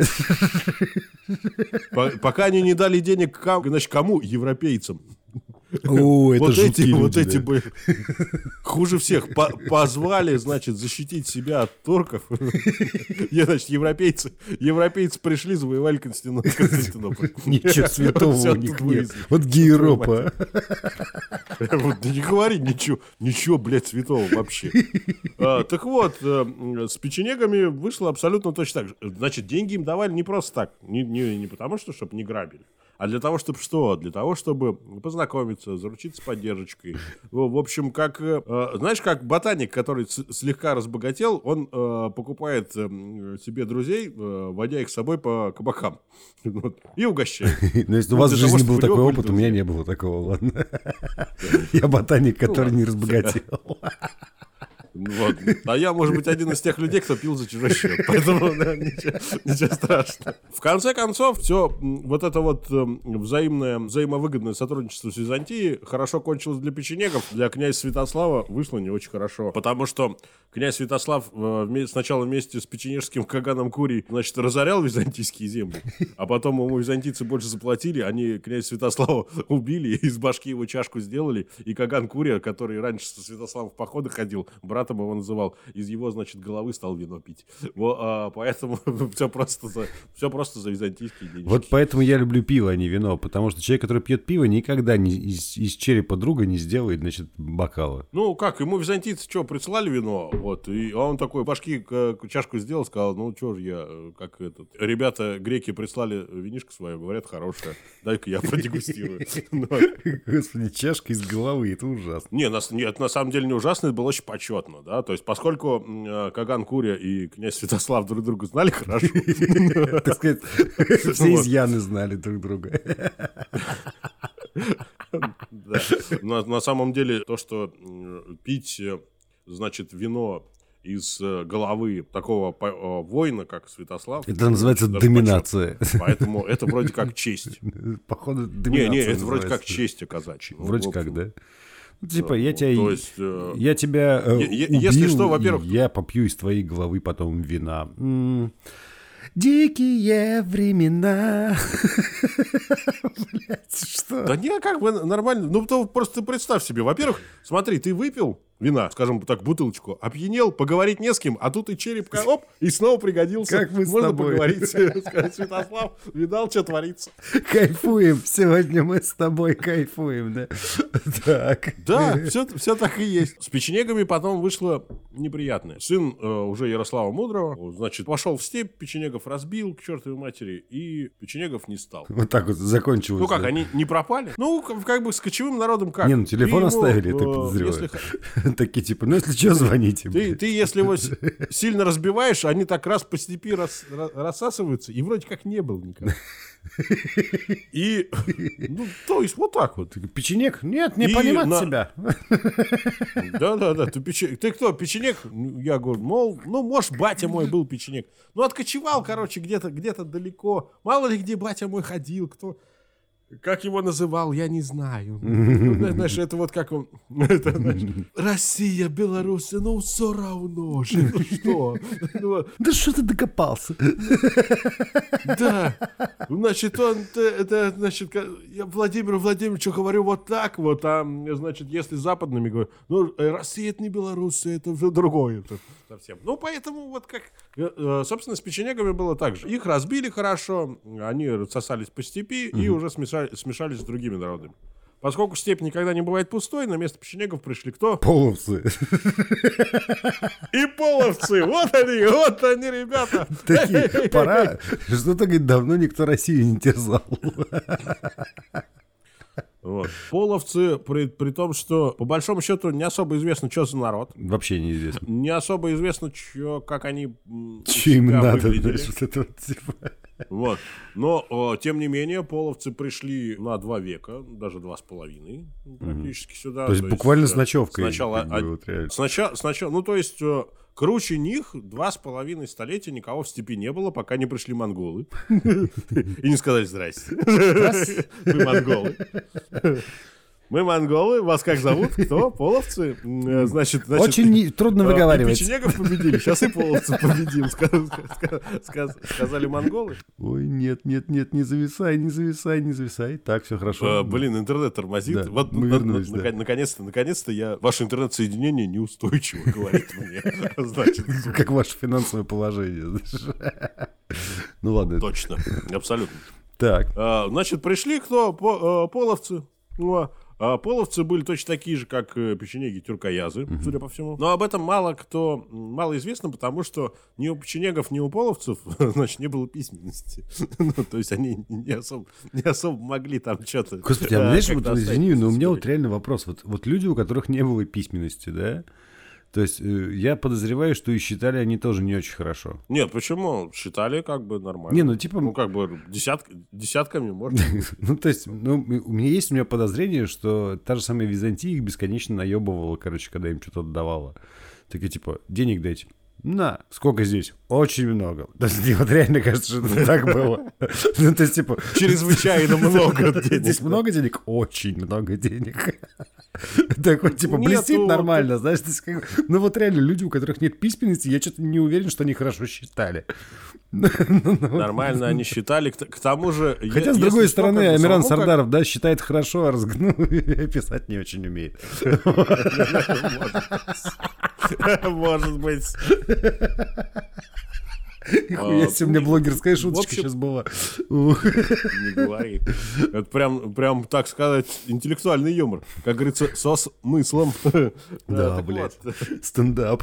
Пока они не дали денег, значит, кому? Европейцам. Это эти были хуже всех. Позвали, значит, защитить себя от турков. Значит, европейцы пришли, завоевали Константинополь. Ничего святого у них нет. Вот Гейропа. Не говори ничего, блядь, святого вообще. Так вот, с печенегами вышло абсолютно точно так же. Значит, деньги им давали не просто так. Не потому, чтобы не грабили. А для того, чтобы что? Для того, чтобы познакомиться, заручиться поддержкой. В общем, знаешь, как ботаник, который слегка разбогател, он покупает себе друзей, водя их с собой по кабакам. И угощает. Но если у вас в жизни был такой опыт, у меня не было такого, ладно. Я ботаник, который не разбогател. Вот. А я, может быть, один из тех людей, кто пил за чужой счет. Поэтому ничего страшного. В конце концов, все вот это вот взаимовыгодное сотрудничество с Византией хорошо кончилось для печенегов. Для князя Святослава вышло не очень хорошо. Потому что князь Святослав сначала вместе с печенежским каганом Курий, значит, разорял византийские земли. А потом ему византийцы больше заплатили. Они князя Святослава убили, из башки его чашку сделали. И каган Курия, который раньше со Святославом в походы ходил, братом его называл, из его, значит, головы стал вино пить. Поэтому все просто за византийские деньги. Вот поэтому я люблю пиво, а не вино. Потому что человек, который пьет пиво, никогда из черепа друга не сделает, значит, бокала. Ну, как, ему византийцы что, присылали вино? Вот, и он такой башки чашку сделал, сказал, ну, что же я, как этот... Ребята, греки прислали винишко свое, говорят, хорошее. Дай-ка я продегустирую. Господи, чашка из головы, это ужасно. Нет, на самом деле не ужасно, это было очень почетно, да, то есть поскольку Каган Курия и князь Святослав друг друга знали хорошо. Так сказать, все изъяны знали друг друга. На самом деле то, что пить, значит, вино из головы такого воина, как Святослав... Это называется доминация. Поэтому это вроде как честь. Походу, доминация. Не, это вроде как честь оказачья. Вроде как, да? Типа, я тебя убил, если что, во-первых... я попью из твоей головы потом вина. Дикие времена. Блять, что? Да не, как бы нормально. Ну, то просто представь себе. Во-первых, смотри, ты выпил вина, скажем так, бутылочку, опьянел, поговорить не с кем, а тут и череп, оп, и снова пригодился. Как мы с Можно тобой. поговорить. Сказать, Святослав, видал, что творится. Кайфуем. Сегодня мы с тобой кайфуем, да? Так. Да, все так и есть. С печенегами потом вышло неприятное. Сын уже Ярослава Мудрого, значит, пошел в степь, печенегов разбил к чертовой матери, и печенегов не стал. Вот так вот закончилось. Ну как, они не пропали? Ну, как бы с кочевым народом как? Не, ну телефон Ты оставили, его, я так подозреваю. если Такие типа, ну если что, звоните. Ты если его сильно разбиваешь, они так раз по степи рассасываются, и вроде как не было никого. И, ну, то есть вот так вот. Печенек? Нет, не И понимать себя. Да. Ты кто, печенек? Я говорю, мол, ну, может, батя мой был печенек. Ну, откочевал, короче, где-то далеко. Мало ли где батя мой ходил, кто... Как его называл, я не знаю. Ну, знаешь, это вот как он... Это, знаешь, Россия, Беларусь, ну все равно же. Ну что? Ну, Да что ты докопался? да. Значит, значит, я Владимиру Владимировичу говорю вот так вот, а, значит, если западными говорю, ну, Россия это не Беларусь, это уже другое совсем. Ну, поэтому вот как, собственно, с печенегами было так же. Их разбили хорошо, они рассосались по степи и уже смешались с другими народами. Поскольку степь никогда не бывает пустой, на место печенегов пришли кто? Половцы. И половцы! Вот они, ребята! Такие, пора. Что-то, говорит, давно никто Россию не терзал. Вот. Половцы, при том, что по большому счету не особо известно, что за народ. Вообще неизвестно. Не особо известно, как они Что им себя надо, выглядели. знаешь, вот это вот, типа. Вот. Но, тем не менее, половцы пришли на 2 века, даже 2,5 практически сюда. То есть буквально с ночевкой. Сначала, как бы, вот реально. сначала, ну, то есть... Круче них 2,5 столетия никого в степи не было, пока не пришли монголы. И не сказали «здрасте». Мы монголы. Мы монголы. Вас как зовут? Кто? Половцы? Значит, Очень трудно выговаривать. печенегов победили. Сейчас и половцев победим, сказали монголы. Ой, нет, не зависай. Так, все хорошо. Блин, интернет тормозит. Да, Вот мы вернулись, да. наконец-то ваше интернет-соединение неустойчиво, говорит мне. Значит, Как ваше финансовое положение. Ну ладно. точно, абсолютно. Так. Значит, пришли кто? Половцы. Ну, а половцы были точно такие же, как печенеги тюркоязы, судя по всему. Но об этом мало известно, потому что ни у печенегов, ни у половцев, значит, не было письменности. Ну, то есть они не особо могли там что-то... Господи, а знаешь, вот, извини, но у меня вот реально вопрос. Вот люди, у которых не было письменности, да? То есть я подозреваю, что и считали они тоже не очень хорошо. Нет, почему? Считали как бы нормально. Не, ну типа... Ну, как бы десятками можно. Ну, то есть, у меня подозрение, что та же самая Византия их бесконечно наебывала, короче, когда им что-то отдавала. Такие, типа, денег дайте. На, сколько здесь? Очень много. То есть, вот реально кажется, что это так было. Ну, то есть, типа... Чрезвычайно много денег. Здесь много денег? Очень много денег. Такой, типа, блестит нормально, знаешь. Ну, вот реально, люди, у которых нет письменности, я что-то не уверен, что они хорошо считали. Нормально они считали. К тому же... Хотя, с другой стороны, Амиран Сардаров, да, считает хорошо, а писать не очень умеет. Может быть. Если у меня блогерская шуточка сейчас была. Не говори. Это прям, так сказать, интеллектуальный юмор. Как говорится, со смыслом. Да, блядь. Стендап.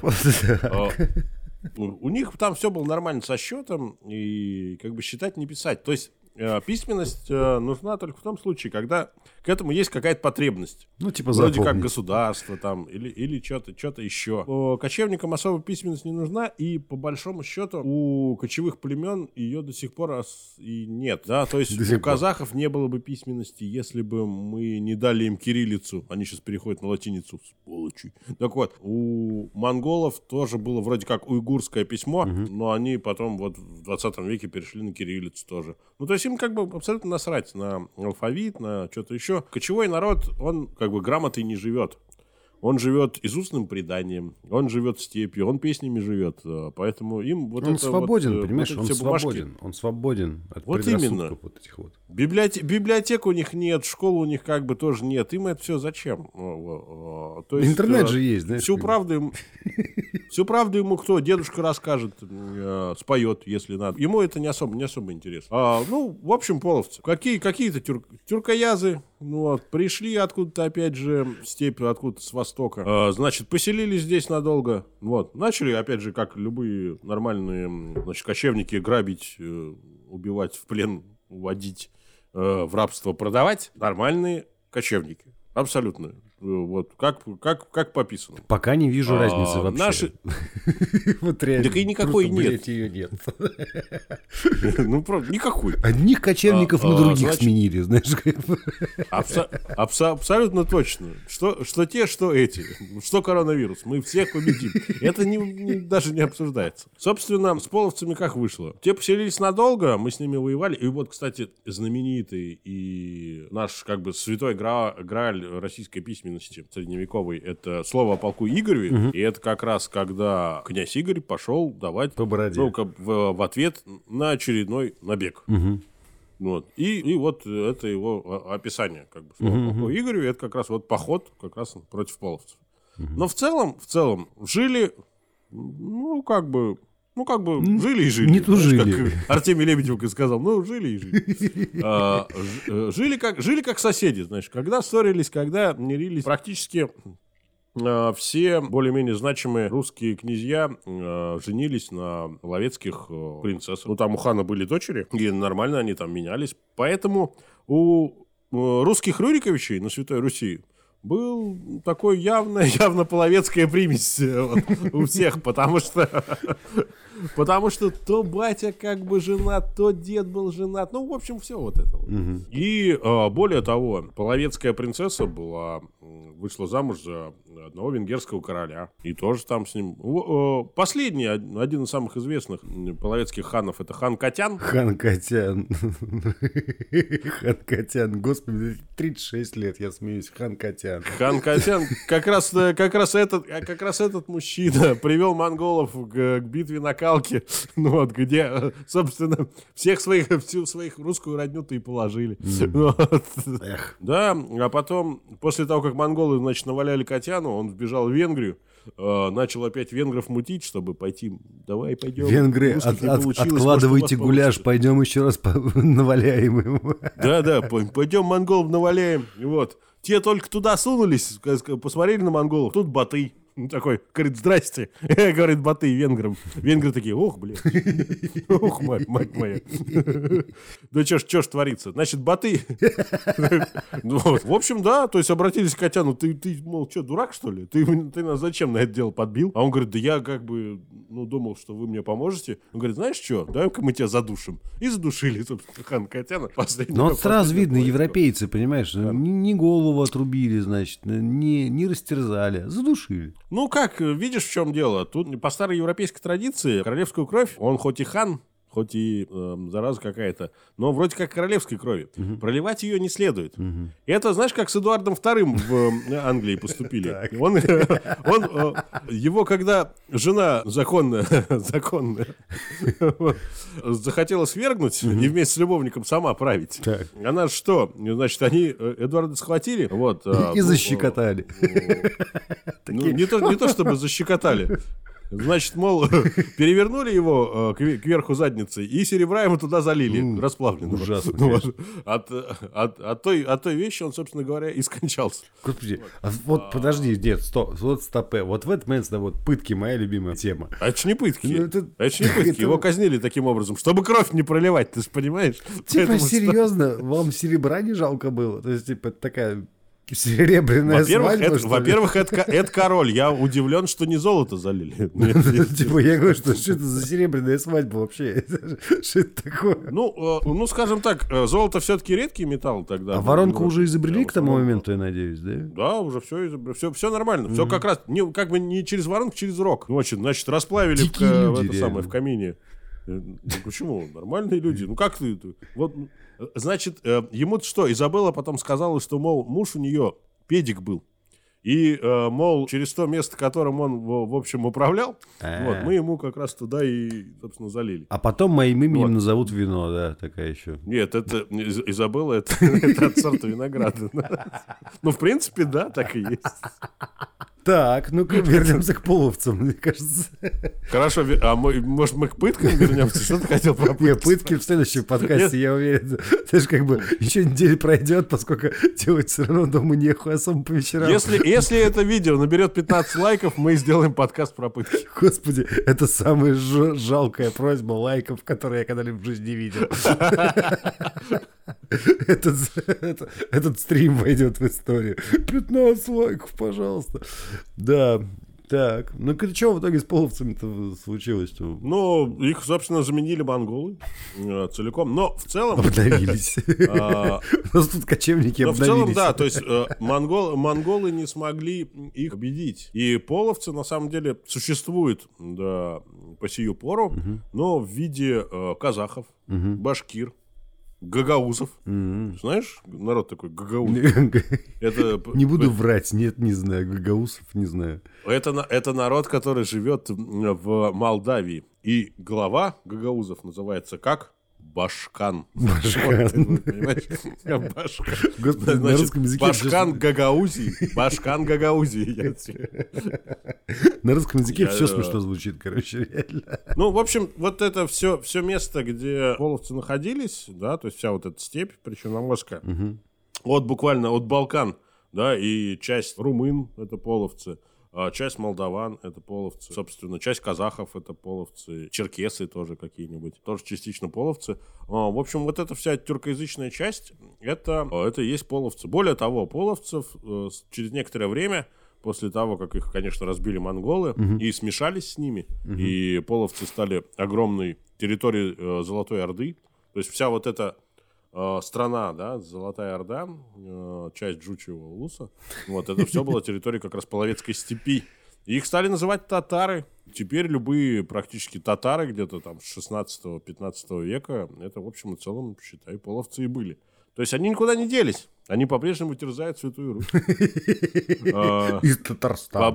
У них там все было нормально со счетом, и как бы считать, не писать. То есть письменность нужна только в том случае, когда к этому есть какая-то потребность. Ну, типа вроде запомнить. как государство там, или что-то еще. Кочевникам особо письменность не нужна, и по большому счету у кочевых племен ее до сих пор и нет. Да? То есть у казахов не было бы письменности, если бы мы не дали им кириллицу. Они сейчас переходят на латиницу. Сволочи. Так вот, у монголов тоже было вроде как уйгурское письмо, но они потом вот в 20 веке перешли на кириллицу тоже. Ну, то есть им как бы абсолютно насрать на алфавит, на что-то еще. Кочевой народ, он как бы грамотой не живет. Он живет изустным преданием, он живет степью, он песнями живет. Поэтому им вот он это свободен, вот, понимаешь, вот он бумажки. свободен. Он свободен от Вот предрассудков именно. вот этих вот. Библиотек у них нет, школы у них как бы тоже нет. Им это все зачем? То есть, Интернет же есть, знаешь. Всю правду ему кто? Дедушка расскажет, споет, если надо. Ему это не особо интересно. Ну, в общем, половцы. Какие-то тюркоязы, пришли откуда-то, опять же, в степь, откуда-то с востока. Значит, поселились здесь надолго. Вот. Начали, опять же, как любые нормальные, кочевники, грабить, убивать, в плен уводить, в рабство продавать. Нормальные кочевники. Абсолютно. Вот. Как пописано. Пока не вижу разницы вообще. Наши... Вот реально. Так и никакой Просто, нет. блядь, ее нет. Ну, правда, никакой. Одних кочевников на других сменили, знаешь. Абсолютно точно. Что те, что эти. Что коронавирус. Мы всех победим. Это даже не обсуждается. Собственно, с половцами как вышло. Те поселились надолго, мы с ними воевали. И вот, кстати, знаменитый и наш как бы святой грааль российской письменности средневековой, это слово о полку Игореве. И это как раз когда князь Игорь пошел давать по бороде. В ответ на очередной набег. Вот. И вот это его описание, как бы, слова полку Игореве, это как раз вот поход как раз против половцев. Но в целом жили, жили и жили. Не тужили. Как Артемий Лебедев сказал, жили и жили. Жили как соседи, знаешь, когда ссорились, когда мирились. Практически все более-менее значимые русские князья женились на половецких принцессах. Ну, там у хана были дочери, и нормально они там менялись. Поэтому у русских Рюриковичей на Святой Руси был такой явно половецкая примесь у всех, потому что то батя как бы женат, то дед был женат. Ну, в общем, все вот это вот. И более того, половецкая принцесса вышла замуж за одного венгерского короля. И тоже там с ним... Последний, один из самых известных половецких ханов, это хан Катян. Хан Катян. Господи, 36 лет, я смеюсь. Хан Катян. Хан Катян. Как раз этот мужчина привел монголов к битве на Калке, где, собственно, всю своих русскую родню-то и положили. Да, а потом, после того, как монголы, наваляли Катяну, он сбежал в Венгрию, начал опять венгров мутить, чтобы пойти. Давай пойдем. Венгры, откладывайте гуляш, пойдем еще раз наваляем им. Да, пойдем монголов наваляем. Вот. Те только туда сунулись, посмотрели на монголов, тут Батый. Такой, говорит, здрасте. Говорит, Батый венграм. Венгры такие, ох, блядь. Ох, мать моя. Да что ж творится? Значит, Батый. В общем, да, то есть обратились к Катяну. Ты, мол, что, дурак, что ли? Ты нас зачем на это дело подбил? А он говорит, да я как бы, думал, что вы мне поможете. Он говорит, знаешь что, давай-ка мы тебя задушим. И задушили, собственно, хан Катяна. Ну, вот сразу видно, европейцы, понимаешь, не голову отрубили, значит, не растерзали, задушили. Ну как, видишь, в чем дело? Тут по старой европейской традиции королевскую кровь, он хоть и хан, хоть и зараза какая-то, но вроде как королевской крови. Проливать ее не следует. Это, знаешь, как с Эдуардом II в Англии поступили. Его, когда жена законная захотела свергнуть и вместе с любовником сама править, она что? Значит, они Эдуарда схватили. И защекотали. Не то чтобы защекотали. Значит, мол, перевернули его кверху задницей и серебра ему туда залили, расплавленного. Ужасно. Вот. От той вещи он, собственно говоря, и скончался. Господи, подожди, дед, стоп. Вот в этот момент, вот пытки, моя любимая тема. А это ж не пытки. Его казнили таким образом, чтобы кровь не проливать, ты же понимаешь? Типа, серьезно, вам серебра не жалко было? То есть, типа, такая... Серебряная свадьба, во-первых, это король. Я удивлен, что не золото залили. Типа, я говорю, что это за серебряная свадьба вообще? Что это такое? Ну, скажем так, золото все-таки редкий металл тогда. А воронку уже изобрели к тому моменту, я надеюсь, да? Да, уже все изобрели. Все нормально. Все как раз, как бы не через воронку, через рог. Значит, расплавили в камине. Почему? Нормальные люди. Ну, как ты? Вот... Значит, ему-то что, Изабелла потом сказала, что, мол, муж у нее педик был. И, мол, через то место, которым он, в общем, управлял, мы ему как раз туда и, собственно, залили. А потом моим именем назовут вино, да, такая еще. Нет, это Изабелла, это от сорта винограда. Ну, в принципе, да, так и есть. Так, ну-ка вернемся к половцам, мне кажется. Хорошо, может, мы к пыткам вернемся? Что ты хотел про пытки? Пытки в следующем подкасте, я уверен. Знаешь, как бы еще неделя пройдет, поскольку делать все равно дома нехуй, особо по вечерам. Если это видео наберет 15 лайков, мы сделаем подкаст про пытки. Господи, это самая жалкая просьба лайков, которую я когда-либо в жизни видел. Этот стрим войдет в историю. 15 лайков, пожалуйста. Да, так. Ну, что в итоге с половцами-то случилось-то? Ну, их, собственно, заменили монголы целиком. Но в целом... Обновились. У нас тут кочевники обновились. Но в целом, да, то есть монголы не смогли их победить. И половцы, на самом деле, существуют по сию пору, но в виде казахов, башкир, гагаузов. Знаешь, народ такой гагаузов. Не буду врать, нет, не знаю. Гагаузов не знаю. Это народ, который живет в Молдавии. И глава гагаузов называется как? Башкан. Башкан. Господи, на русском языке... Башкан Гагаузий. Башкан Гагаузий. На русском языке все смешно звучит, короче, реально. Ну, в общем, вот это все место, где половцы находились, да, то есть вся вот эта степь причерноморская, буквально от Балкан, да, и часть румын, это половцы, часть молдаван — это половцы. Собственно, часть казахов — это половцы. Черкесы тоже какие-нибудь. Тоже частично половцы. В общем, вот эта вся тюркоязычная часть — это и есть половцы. Более того, половцев через некоторое время, после того, как их, конечно, разбили монголы и смешались с ними, и половцы стали огромной территорией Золотой Орды, то есть вся вот эта страна, да, Золотая Орда, часть Джучьего улуса, вот это все было территорией как раз Половецкой степи. И их стали называть татары. Теперь любые практически татары где-то там с 16-15 века, это в общем и целом, считай, половцы и были. То есть они никуда не делись. Они по-прежнему терзают Святую Русь. Из Татарстана.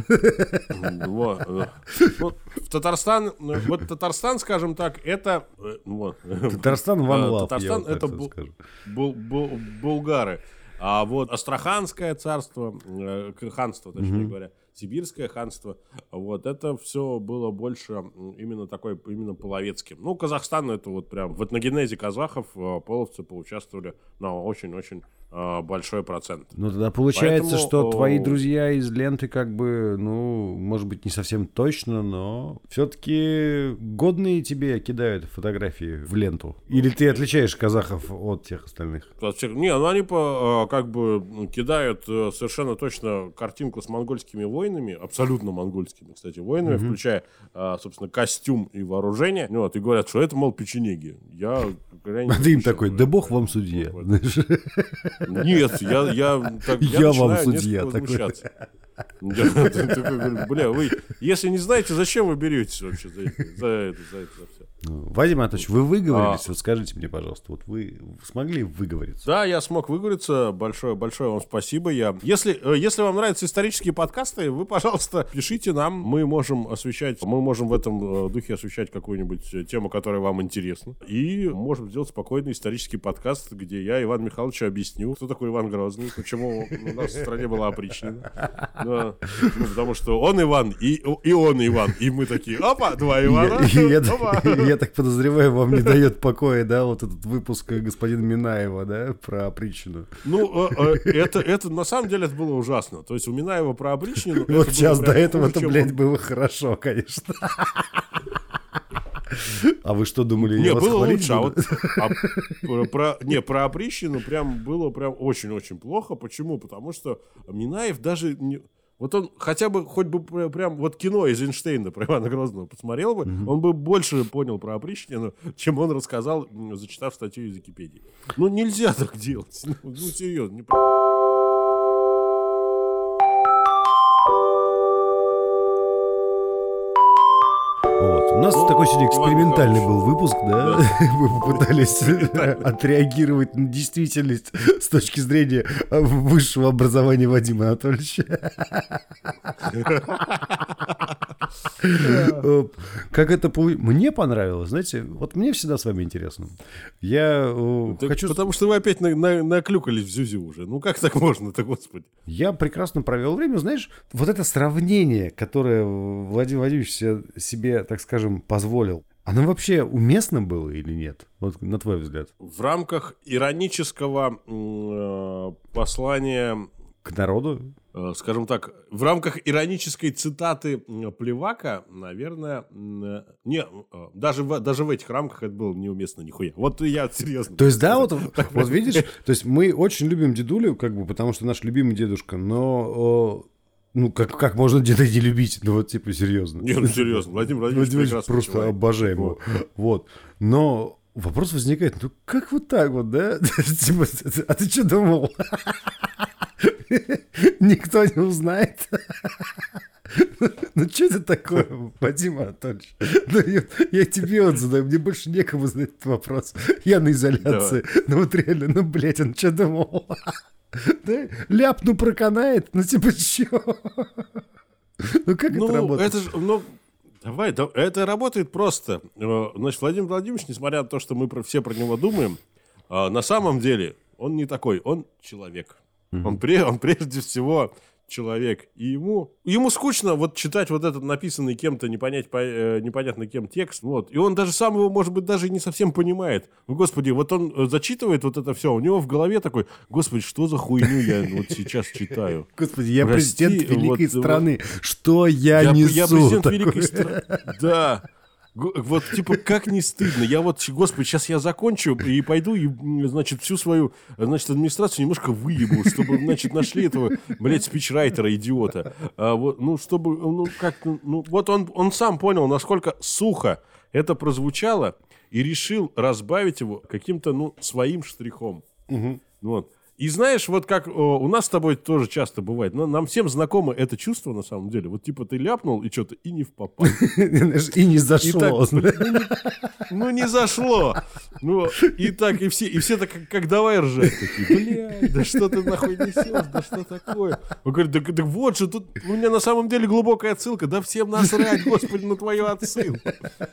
В Татарстан, вот Татарстан, скажем так, это... Татарстан one love, Татарстан — это булгары. А вот Астраханское царство, ханство, точнее говоря, Сибирское ханство, вот это все было больше именно половецким. Ну, Казахстан — это вот прям в этногенезе казахов половцы поучаствовали на очень-очень большой процент. Ну, тогда получается, что твои друзья из ленты как бы, ну, может быть, не совсем точно, но все-таки годные тебе кидают фотографии в ленту? Или ты отличаешь казахов от тех остальных? Не, ну они как бы кидают совершенно точно картинку с монгольскими войнами, воинами, абсолютно монгольскими, кстати, воинами, включая, собственно, костюм и вооружение. Вот, и говорят, что это, мол, печенеги. Я А ты им такой, да бог вам судья. Нет, я вам начинаю судья. несколько возмущаться. Я такой говорю, бля, вы, если не знаете, зачем вы беретесь вообще за это, за все? Вадим Анатольевич, вы выговорились? Вот скажите мне, пожалуйста, вот вы смогли выговориться? Да, я смог выговориться. Большое вам спасибо. Если вам нравятся исторические подкасты, вы, пожалуйста, пишите нам. Мы можем в этом духе освещать какую-нибудь тему, которая вам интересна. И можем сделать спокойный исторический подкаст, где я Ивану Михайловичу объясню, кто такой Иван Грозный, почему у нас в стране была опричнина. Ну, потому что он Иван, и он Иван. И мы такие, опа, два Ивана. Я так подозреваю, вам не дает покоя, да, вот этот выпуск господина Минаева, да, про опричнину. Ну, это на самом деле это было ужасно. То есть у Минаева про опричнину... Вот сейчас до этого это, блядь, было хорошо, конечно. А вы что думали? Не, было лучше. Про опричнину было очень-очень плохо. Почему? Потому что Минаев даже... Вот он хотя бы, хоть бы прям вот кино из Эйнштейна про Ивана Грозного посмотрел бы, он бы больше понял про опричнину, чем он рассказал, зачитав статью из Википедии. Ну, нельзя так делать. Ну серьезно. Не... Вот. У нас такой сегодня экспериментальный был выпуск, да? Мы попытались отреагировать на действительность с точки зрения высшего образования Вадима Анатольевича. Как это мне понравилось, знаете, вот мне всегда с вами интересно. Я хочу... Потому что вы опять наклюкались в Зюзю уже. Ну как так можно-то, господи? Я прекрасно провел время, знаешь, вот это сравнение, которое Владимир Владимирович себе, так скажем, позволил, оно вообще уместно было или нет? Вот на твой взгляд. В рамках иронического послания... К народу? Скажем так, в рамках иронической цитаты Плевака, наверное, даже в этих рамках это было неуместно нихуя. Вот я серьезно. То есть, да, вот видишь, то есть мы очень любим дедулю, как бы, потому что наш любимый дедушка, но... Ну, как можно деда не любить? Ну, вот, типа, серьезно. Не, ну, серьезно. Владимир Владимирович просто человек. Обожаем его. Вот. Но вопрос возникает, ну, как вот так вот, да? Типа, а ты что думал? Никто не узнает. Ну, что это такое, Вадим Анатольевич? Я тебе вот задаю, мне больше некому задать этот вопрос. Я на изоляции. Ну, вот реально, ну, блядь, он что думал? Да? Ляпну проканает? Ну, типа, чё? Ну, как это работает? Это работает просто. Значит, Владимир Владимирович, несмотря на то, что мы все про него думаем, на самом деле он не такой, он человек. Он прежде всего человек. И ему скучно вот читать вот этот написанный кем-то непонятно кем текст. Вот. И он даже сам его, может быть, даже не совсем понимает. Ну, господи, вот он зачитывает вот это все. У него в голове такой, господи, что за хуйню я вот сейчас читаю? Господи, я президент великой страны. Что я несу? Я президент великой страны. Да. Вот, типа, как не стыдно. Я вот, господи, сейчас я закончу и пойду, и, значит, всю свою, значит, администрацию немножко выебу, чтобы, значит, нашли этого, блядь, спичрайтера, идиота. Вот, ну, чтобы, ну, как-то, ну, вот он сам понял, насколько сухо это прозвучало, и решил разбавить его каким-то, ну, своим штрихом. Вот. И знаешь, вот как у нас с тобой тоже часто бывает, нам всем знакомо это чувство, на самом деле. Вот типа ты ляпнул, и что-то, и не в попад. И не зашло. Ну, не зашло. Ну, и так, и все так, как давай ржать. Такие, блядь, да что ты нахуй несешь, да что такое? Он говорит, так вот же, тут у меня на самом деле глубокая отсылка. Да всем насрать, господи, на твою отсылку.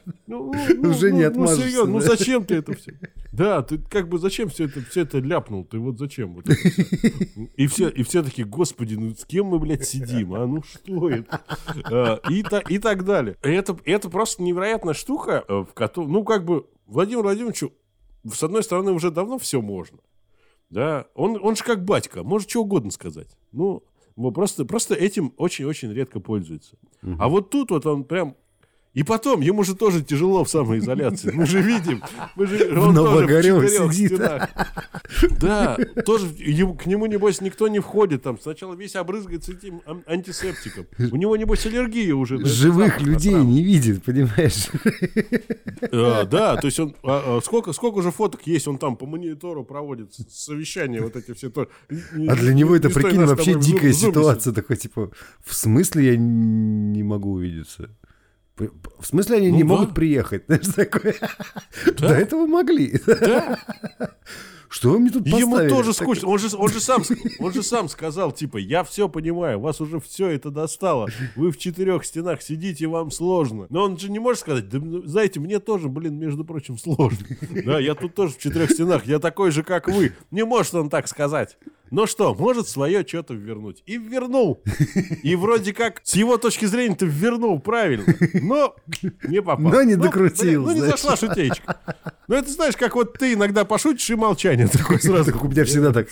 Уже не отмажешься. Ну, серьезно, ну зачем ты это все? Да, ты как бы зачем все это ляпнул? Ты вот зачем? Вот и все такие, господи, ну с кем мы, блядь, сидим? А ну что это? И так далее. Это просто невероятная штука, в которой, ну как бы, Владимиру Владимировичу, с одной стороны, уже давно все можно. Да? Он же как батька, может что угодно сказать. Ну, просто этим очень-очень редко пользуется. А вот тут вот он прям... И потом, ему же тоже тяжело в самоизоляции. Мы же видим. В Новогорево сидит. Да, тоже к нему, небось, никто не входит. Там сначала весь обрызгается этим антисептиком. У него, небось, аллергия уже. Живых людей не видит, понимаешь? Да, то есть он... Сколько уже фоток есть, он там по монитору проводит совещания вот эти все. А для него это, прикинь, вообще дикая ситуация. Такой, типа, в смысле я не могу увидеться? В смысле они не могут приехать? Знаешь, такое. До этого могли. Да. Что вы мне тут поставили? Ему тоже скучно. Он же сам сказал, типа, я все понимаю, вас уже все это достало. Вы в 4 стенах сидите, вам сложно. Но он же не может сказать, да, знаете, мне тоже, между прочим, сложно. Да, я тут тоже в 4 стенах, я такой же, как вы. Не может он так сказать. Но что, может свое что-то вернуть. И вернул. И вроде как с его точки зрения-то вернул правильно. Но не попал. Но не докрутил. Ну не зашла шутечка. Ну это знаешь, как вот ты иногда пошутишь и молчание такое сразу. Так у меня всегда так.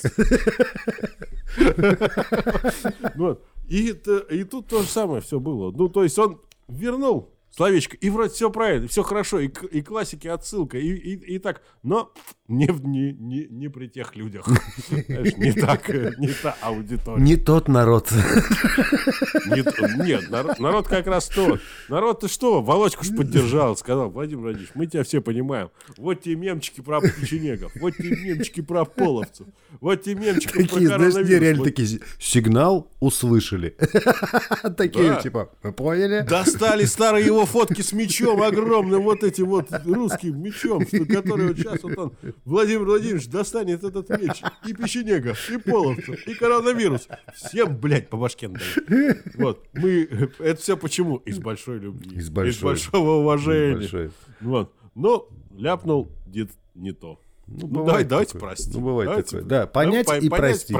И тут то же самое все было. Ну то есть он вернул словечко, и вроде все правильно, все хорошо, и классики отсылка, и так, но не при тех людях. Знаешь, не та аудитория. Не тот народ. Нет, народ как раз тот. Народ-то что? Володьку ж поддержал, сказал, Владимир Владимирович, мы тебя все понимаем. Вот те мемчики про печенегов, вот те мемчики про половцев, вот те мемчики про коронавирус. Такие, знаешь, реально вот. такие, сигнал услышали. Такие, типа, вы поняли? Достали старые его фотки с мечом огромным, вот этим вот русским мечом, который вот сейчас вот он, Владимир Владимирович, достанет этот меч, и печенегов, и половцев, и коронавирус. Всем, блядь, по башке надают. Вот, это все почему? Из большой любви. Из большого уважения. Вот. Но ляпнул дед не то. Ну давайте простим. Ну, бывает такое. Да, понять и простить.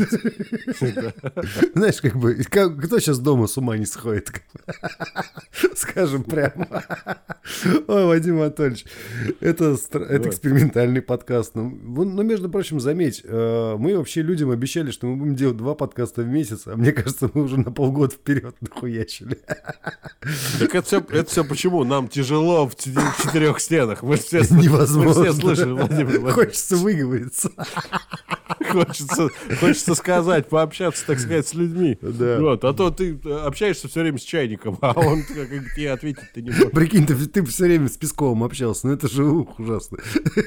Знаешь, как бы, кто сейчас дома с ума не сходит? Скажем прямо. Ой, Вадим Анатольевич, это экспериментальный подкаст. Но, между прочим, заметь, мы вообще людям обещали, что мы будем делать 2 подкаста в месяц, а мне кажется, мы уже на полгода вперед нахуячили. Так это все почему? Нам тяжело в 4 стенах. Мы все слышали, Владимир. Хочется выговориться. Хочется сказать, пообщаться, так сказать, с людьми. Да. Вот. А то ты общаешься все время с чайником, а он тебе ответить-то не может. Прикинь, ты все время с Песковым общался, ну это же ужасно.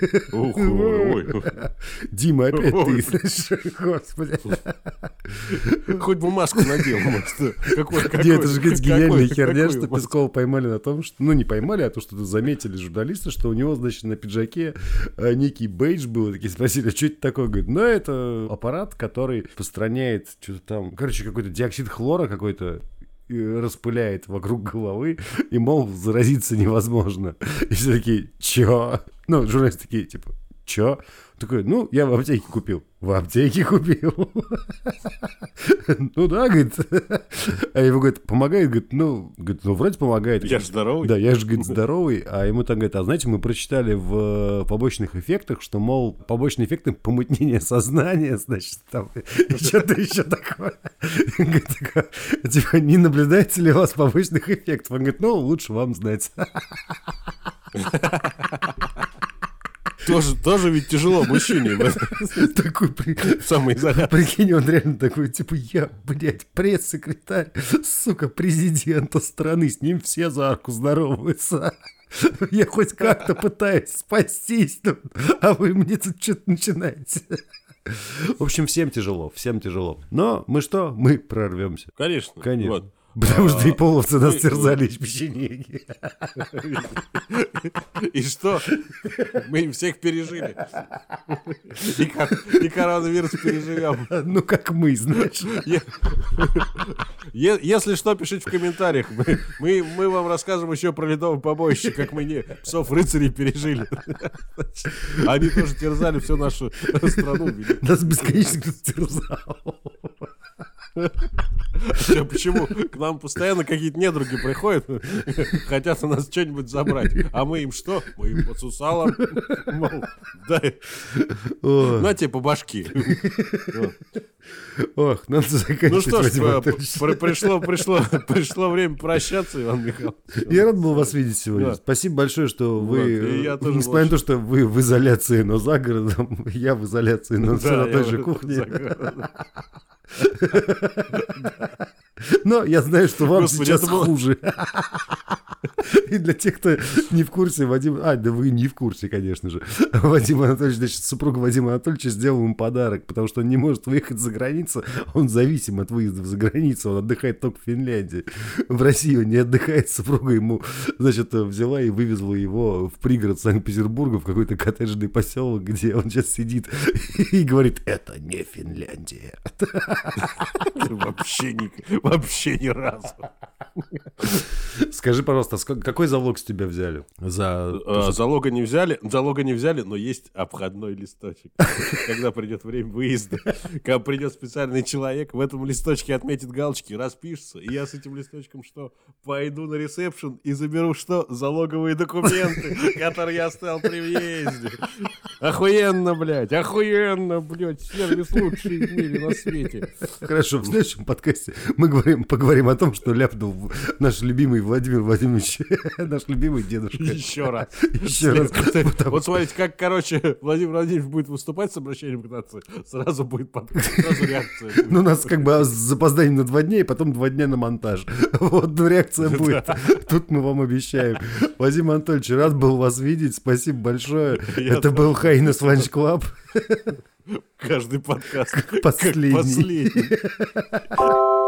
Дима, опять ты, знаешь, господи. Хоть бы маску надел, может. Нет, это же гениальная херня, что Пескова поймали на том, что... Ну, не поймали, а то, что заметили журналисты, что у него, значит, на пиджаке некий бейдж был. Такие спросили, что это такое? Говорит, ну, это аппарат, который распространяет что-то там... Короче, какой-то диоксид хлора какой-то распыляет вокруг головы, и, мол, заразиться невозможно. И все такие, чё? Ну, журналисты такие, типа, чё? Такой, ну, я в аптеке купил. В аптеке купил. Ну да, говорит. А его, говорит, помогает? Говорит, ну, вроде помогает. Я же здоровый. Да, я же, говорит, здоровый. А ему там, говорит, а знаете, мы прочитали в побочных эффектах, что, мол, побочные эффекты помутнения сознания, значит, там, что-то еще такое. Говорит, типа, не наблюдается ли у вас побочных эффектов? Он говорит, ну, лучше вам знать. Тоже ведь тяжело мужчине. Такой самоизоляции. Прикинь, он реально такой, типа, я, блядь, пресс-секретарь, сука, президента страны, с ним все за руку здороваются. Я хоть как-то пытаюсь спастись, а вы мне тут что-то начинаете. В общем, всем тяжело. Но мы что? Мы прорвемся. Конечно. Вот. Потому что и половцы нас терзали из печенеги. И что? Мы всех пережили. И коронавирус переживем. Ну, как мы, знаешь. Если что, пишите в комментариях. Мы вам расскажем еще про ледовое побоище, как мы псов-рыцарей пережили. Они тоже терзали всю нашу страну. Нас бесконечно терзал. Почему? К нам постоянно какие-то недруги приходят, хотят у нас что-нибудь забрать. А мы им что? Мы им по сусалам. Мол, дай. На тебе по башке. Ох, надо заканчивать. Ну что ж, Вадим Анатольевич. пришло время прощаться, Иван Михайлович. Я рад был вас видеть сегодня. Да. Спасибо большое, что вы, и я тоже несмотря на то, что вы в изоляции, но за городом, я в изоляции, но все на той же кухне. Но я знаю, что вам Господи, сейчас это было- хуже. И для тех, кто не в курсе, Вадим... да вы не в курсе, конечно же. Вадим Анатольевич, значит, супруга Вадима Анатольевича сделала ему подарок, потому что он не может выехать за границу. Он зависим от выездов за границу. Он отдыхает только в Финляндии. В России он не отдыхает. Супруга ему, значит, взяла и вывезла его в пригород Санкт-Петербурга, в какой-то коттеджный поселок, где он сейчас сидит и говорит: это не Финляндия. Вообще ни разу. Скажи, пожалуйста, какой залог с тебя взяли? Залога не взяли, но есть обходной листочек. Когда придет время выезда, когда придет специальный человек, в этом листочке отметит галочки, распишется, и я с этим листочком что? Пойду на ресепшн и заберу что? Залоговые документы, которые я оставил при въезде. Охуенно, блядь, сервис лучший в мире на свете. Хорошо, в следующем подкасте мы поговорим о том, что ляпнул наш любимый Владимир Владимирович, наш любимый дедушка. Еще раз. Потому- Вот смотрите, как, Владимир Владимирович будет выступать с обращением к нации, сразу будет сразу реакция. Ну, у нас как бы с запозданием на 2 дня, и потом 2 дня на монтаж. Вот, реакция будет. Тут мы вам обещаем. Вадим Анатольевич, рад был вас видеть. Спасибо большое. Это был Хайнес Ланч Клаб. Каждый подкаст. Последний. Как последний.